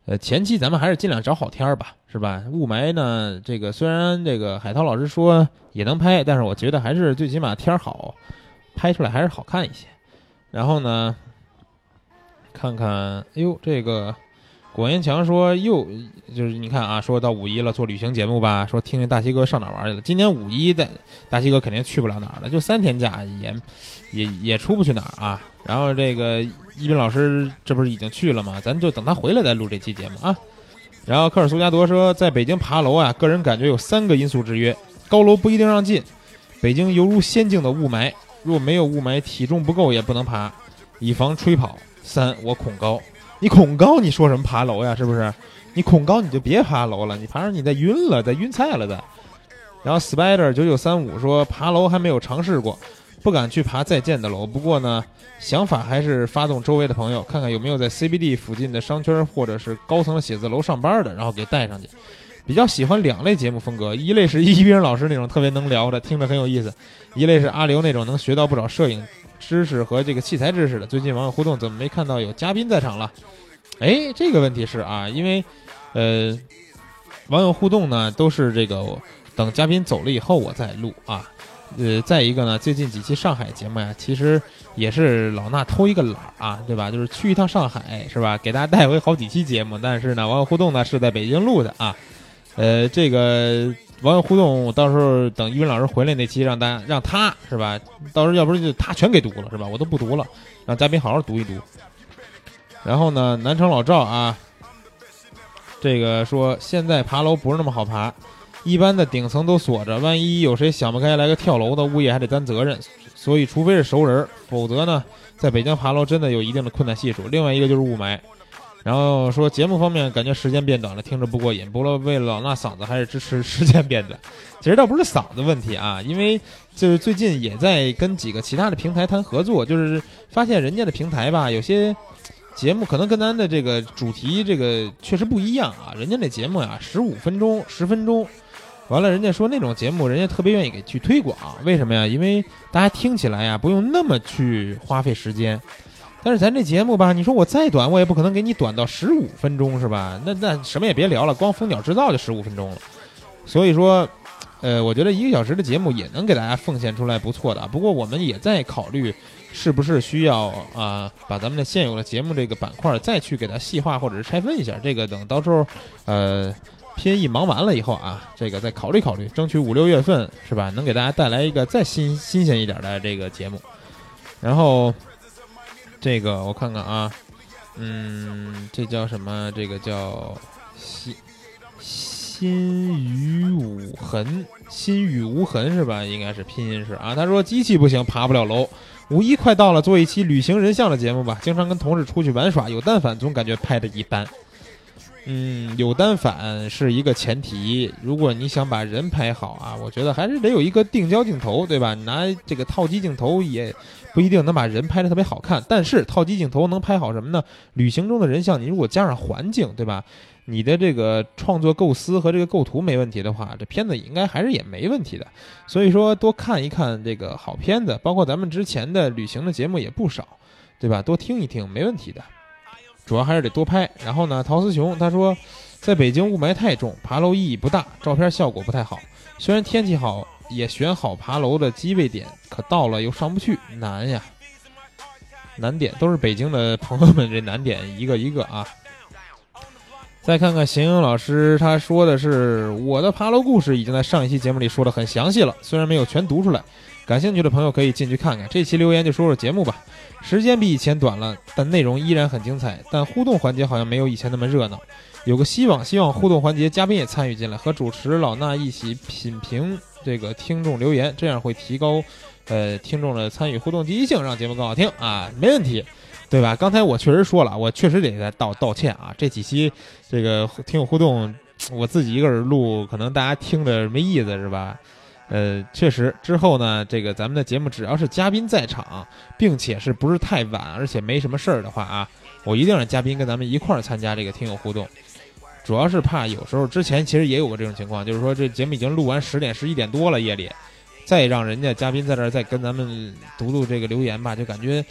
呃，前期咱们还是尽量找好天儿吧，是吧？雾霾呢，这个虽然这个海涛老师说也能拍，但是我觉得还是最起码天儿好，拍出来还是好看一些。然后呢，看看，哎呦，这个果言强说又就是你看啊，说到五一了，做旅行节目吧，说听听大西哥上哪儿玩去了。今年五一的大西哥肯定去不了哪儿了，就三天假也也也出不去哪儿啊。然后这个一斌老师这不是已经去了吗？咱就等他回来再录这期节目啊。然后科尔苏加多说，在北京爬楼啊，个人感觉有三个因素制约：高楼不一定让进，北京犹如仙境的雾霾，若没有雾霾，体重不够也不能爬，以防吹跑。三，我恐高。你恐高，你说什么爬楼呀？是不是？你恐高你就别爬楼了，你爬上你再晕了，再晕菜了再。然后 Spider 九九三五说，爬楼还没有尝试过，不敢去爬在建的楼。不过呢，想法还是发动周围的朋友，看看有没有在 C B D 附近的商圈或者是高层的写字楼上班的，然后给带上去。比较喜欢两类节目风格，一类是一冰老师那种特别能聊的，听着很有意思；一类是阿刘那种能学到不少摄影知识和这个器材知识的。最近网友互动怎么没看到有嘉宾在场了？哎，这个问题是啊，因为呃，网友互动呢都是这个等嘉宾走了以后我再录啊。呃，再一个呢，最近几期上海节目呀，其实也是老衲偷一个懒啊，对吧？就是去一趟上海，是吧？给大家带回好几期节目，但是呢，网友互动呢是在北京录的啊。呃，这个网友互动，到时候等于文老师回来那期，让大家让他是吧？到时候要不然就他全给读了是吧？我都不读了，让嘉宾好好读一读。然后呢，南城老赵啊，这个说现在爬楼不是那么好爬，一般的顶层都锁着，万一有谁想不开来个跳楼的，物业还得担责任，所以除非是熟人，否则呢，在北京爬楼真的有一定的困难系数。另外一个就是雾霾。然后说节目方面感觉时间变短了，听着不过瘾，不过为了老衲嗓子还是支持时间变短。其实倒不是嗓子问题啊，因为就是最近也在跟几个其他的平台谈合作，就是发现人家的平台吧，有些节目可能跟咱的这个主题这个确实不一样啊。人家那节目呀十五分钟十分钟，完了人家说那种节目人家特别愿意给去推广，为什么呀？因为大家听起来呀不用那么去花费时间。但是咱这节目吧，你说我再短，我也不可能给你短到十五分钟，是吧？那那什么也别聊了，光蜂鸟制造就十五分钟了。所以说，呃，我觉得一个小时的节目也能给大家奉献出来不错的。不过我们也在考虑，是不是需要啊、呃，把咱们的现有的节目这个板块再去给它细化或者是拆分一下。这个等到时候，呃，拼一忙完了以后啊，这个再考虑考虑，争取五六月份是吧，能给大家带来一个再新新鲜一点的这个节目。然后。这个我看看啊，嗯，这叫什么？这个叫心心与无痕，心与无痕是吧？应该是拼音是啊。他说机器不行，爬不了楼。五一快到了，做一期旅行人像的节目吧。经常跟同事出去玩耍，有单反总感觉拍的一般。嗯，有单反是一个前提，如果你想把人拍好啊，我觉得还是得有一个定焦镜头，对吧？拿这个套机镜头也不一定能把人拍得特别好看，但是套机镜头能拍好什么呢？旅行中的人像，你如果加上环境，对吧？你的这个创作构思和这个构图没问题的话，这片子应该还是也没问题的。所以说多看一看这个好片子，包括咱们之前的旅行的节目也不少，对吧？多听一听没问题的。主要还是得多拍。然后呢，陶思雄他说，在北京雾霾太重，爬楼意义不大，照片效果不太好。虽然天气好，也选好爬楼的机位点，可到了又上不去，难呀。难点都是北京的朋友们，这难点一个一个啊。再看看邢英老师，他说的是我的爬楼故事已经在上一期节目里说的很详细了，虽然没有全读出来，感兴趣的朋友可以进去看看。这期留言就说说节目吧，时间比以前短了，但内容依然很精彩，但互动环节好像没有以前那么热闹。有个希望，希望互动环节嘉宾也参与进来，和主持老衲一起品评这个听众留言，这样会提高呃听众的参与互动积极性，让节目更好听啊，没问题。对吧？刚才我确实说了，我确实得给他道道歉啊。这几期这个听友互动，我自己一个人录，可能大家听着没意思，是吧？呃，确实之后呢，这个咱们的节目只要是嘉宾在场，并且是不是太晚，而且没什么事儿的话啊，我一定让嘉宾跟咱们一块儿参加这个听友互动。主要是怕有时候之前其实也有过这种情况，就是说这节目已经录完十点十一点多了夜里，再让人家嘉宾在这儿再跟咱们读读这个留言吧，就感觉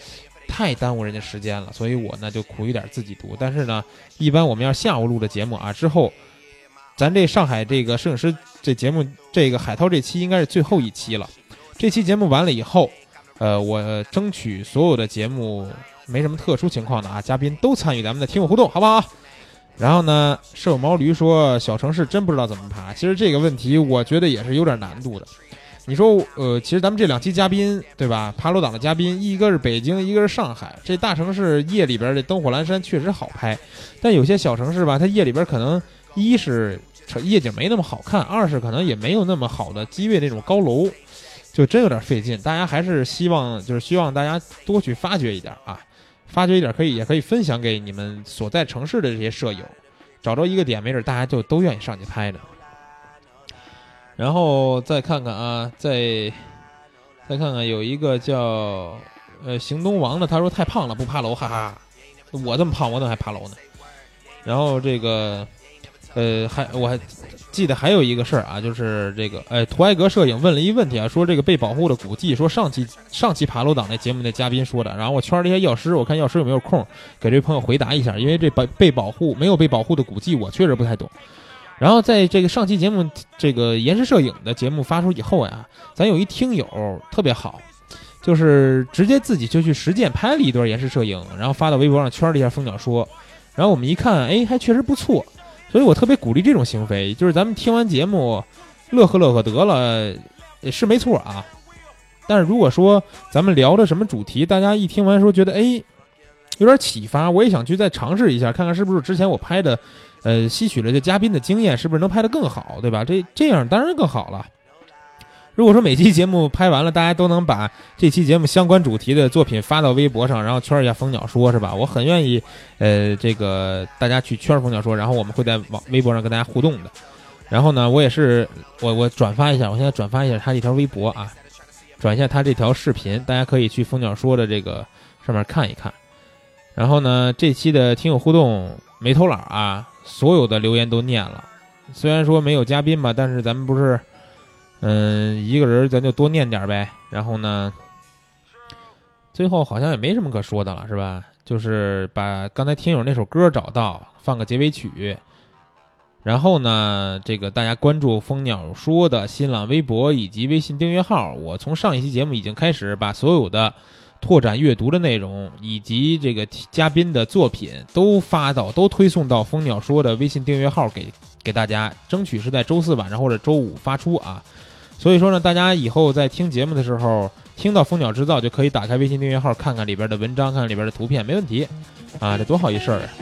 太耽误人家时间了，所以我呢就苦一点自己读。但是呢，一般我们要下午录的节目啊，之后咱这上海这个摄影师这节目，这个海涛这期应该是最后一期了。这期节目完了以后，呃，我争取所有的节目没什么特殊情况的啊，嘉宾都参与咱们的听友互动，好不好？然后呢，舍友毛驴说小城市真不知道怎么爬。其实这个问题我觉得也是有点难度的。你说呃，其实咱们这两期嘉宾对吧，爬楼党的嘉宾，一个是北京，一个是上海。这大城市夜里边的灯火阑珊确实好拍，但有些小城市吧，它夜里边可能一是夜景没那么好看，二是可能也没有那么好的机位那种高楼，就真有点费劲。大家还是希望就是希望大家多去发掘一点啊，发掘一点可以也可以分享给你们所在城市的这些舍友，找着一个点，没准大家就都愿意上去拍的。然后再看看啊，再再看看有一个叫呃行东王的，他说太胖了不爬楼，哈哈，我这么胖我怎么还爬楼呢？然后这个呃还我还记得还有一个事儿啊，就是这个哎图埃格摄影问了一问题啊，说这个被保护的古迹，说上期上期爬楼党那节目那嘉宾说的，然后我圈了一下药师，我看药师有没有空给这位朋友回答一下，因为这被被保护没有被保护的古迹我确实不太懂。然后在这个上期节目这个延时摄影的节目发出以后呀，咱有一听友特别好，就是直接自己就去实践拍了一段延时摄影，然后发到微博上圈了一下蜂鸟说，然后我们一看，哎，还确实不错，所以我特别鼓励这种行为，就是咱们听完节目乐呵乐呵得了也是没错啊，但是如果说咱们聊的什么主题，大家一听完说觉得哎有点启发，我也想去再尝试一下，看看是不是之前我拍的呃，吸取了这嘉宾的经验，是不是能拍得更好，对吧？这这样当然更好了。如果说每期节目拍完了，大家都能把这期节目相关主题的作品发到微博上，然后圈一下蜂鸟说，是吧？我很愿意，呃，这个大家去圈蜂鸟说，然后我们会在网微博上跟大家互动的。然后呢，我也是，我我转发一下，我现在转发一下他这条微博啊，转一下他这条视频，大家可以去蜂鸟说的这个上面看一看。然后呢，这期的听友互动没偷懒啊。所有的留言都念了，虽然说没有嘉宾吧，但是咱们不是，嗯，一个人咱就多念点呗。然后呢，最后好像也没什么可说的了，是吧？就是把刚才听友那首歌找到，放个结尾曲。然后呢，这个大家关注蜂鸟说的新浪微博以及微信订阅号。我从上一期节目已经开始把所有的拓展阅读的内容以及这个嘉宾的作品都发到都推送到蜂鸟说的微信订阅号给给大家，争取是在周四晚上或者周五发出啊。所以说呢，大家以后在听节目的时候听到蜂鸟制造就可以打开微信订阅号看看里边的文章，看看里边的图片，没问题啊，这多好一事儿啊。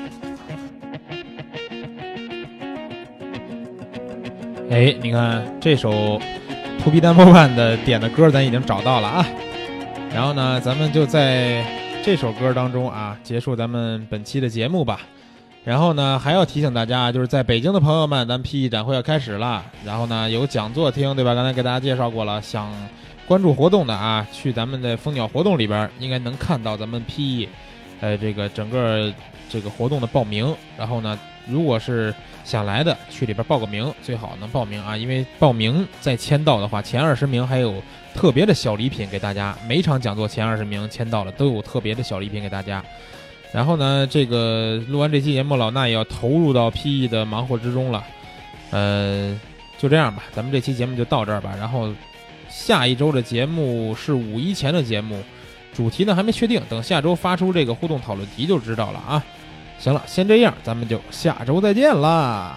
哎，你看这首 To Be Number One 的点的歌咱已经找到了啊。然后呢，咱们就在这首歌当中啊，结束咱们本期的节目吧。然后呢，还要提醒大家，就是在北京的朋友们，咱们 P E 展会要开始了。然后呢，有讲座听，对吧？刚才给大家介绍过了，想关注活动的啊，去咱们的蜂鸟活动里边，应该能看到咱们 P E， 呃，这个整个这个活动的报名。然后呢，如果是想来的，去里边报个名，最好能报名啊，因为报名再签到的话，前二十名还有特别的小礼品给大家，每场讲座前二十名签到了都有特别的小礼品给大家。然后呢，这个录完这期节目，老衲也要投入到 P E 的忙活之中了。呃，就这样吧，咱们这期节目就到这儿吧。然后下一周的节目是五一前的节目，主题呢还没确定，等下周发出这个互动讨论题就知道了啊。行了，先这样，咱们就下周再见啦。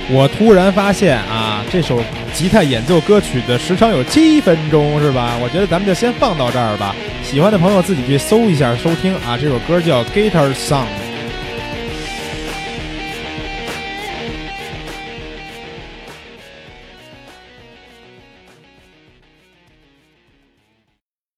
我突然发现啊，这首吉他演奏歌曲的时长有七分钟，是吧？我觉得咱们就先放到这儿吧。喜欢的朋友自己去搜一下收听啊，这首歌叫《Guitar Song》。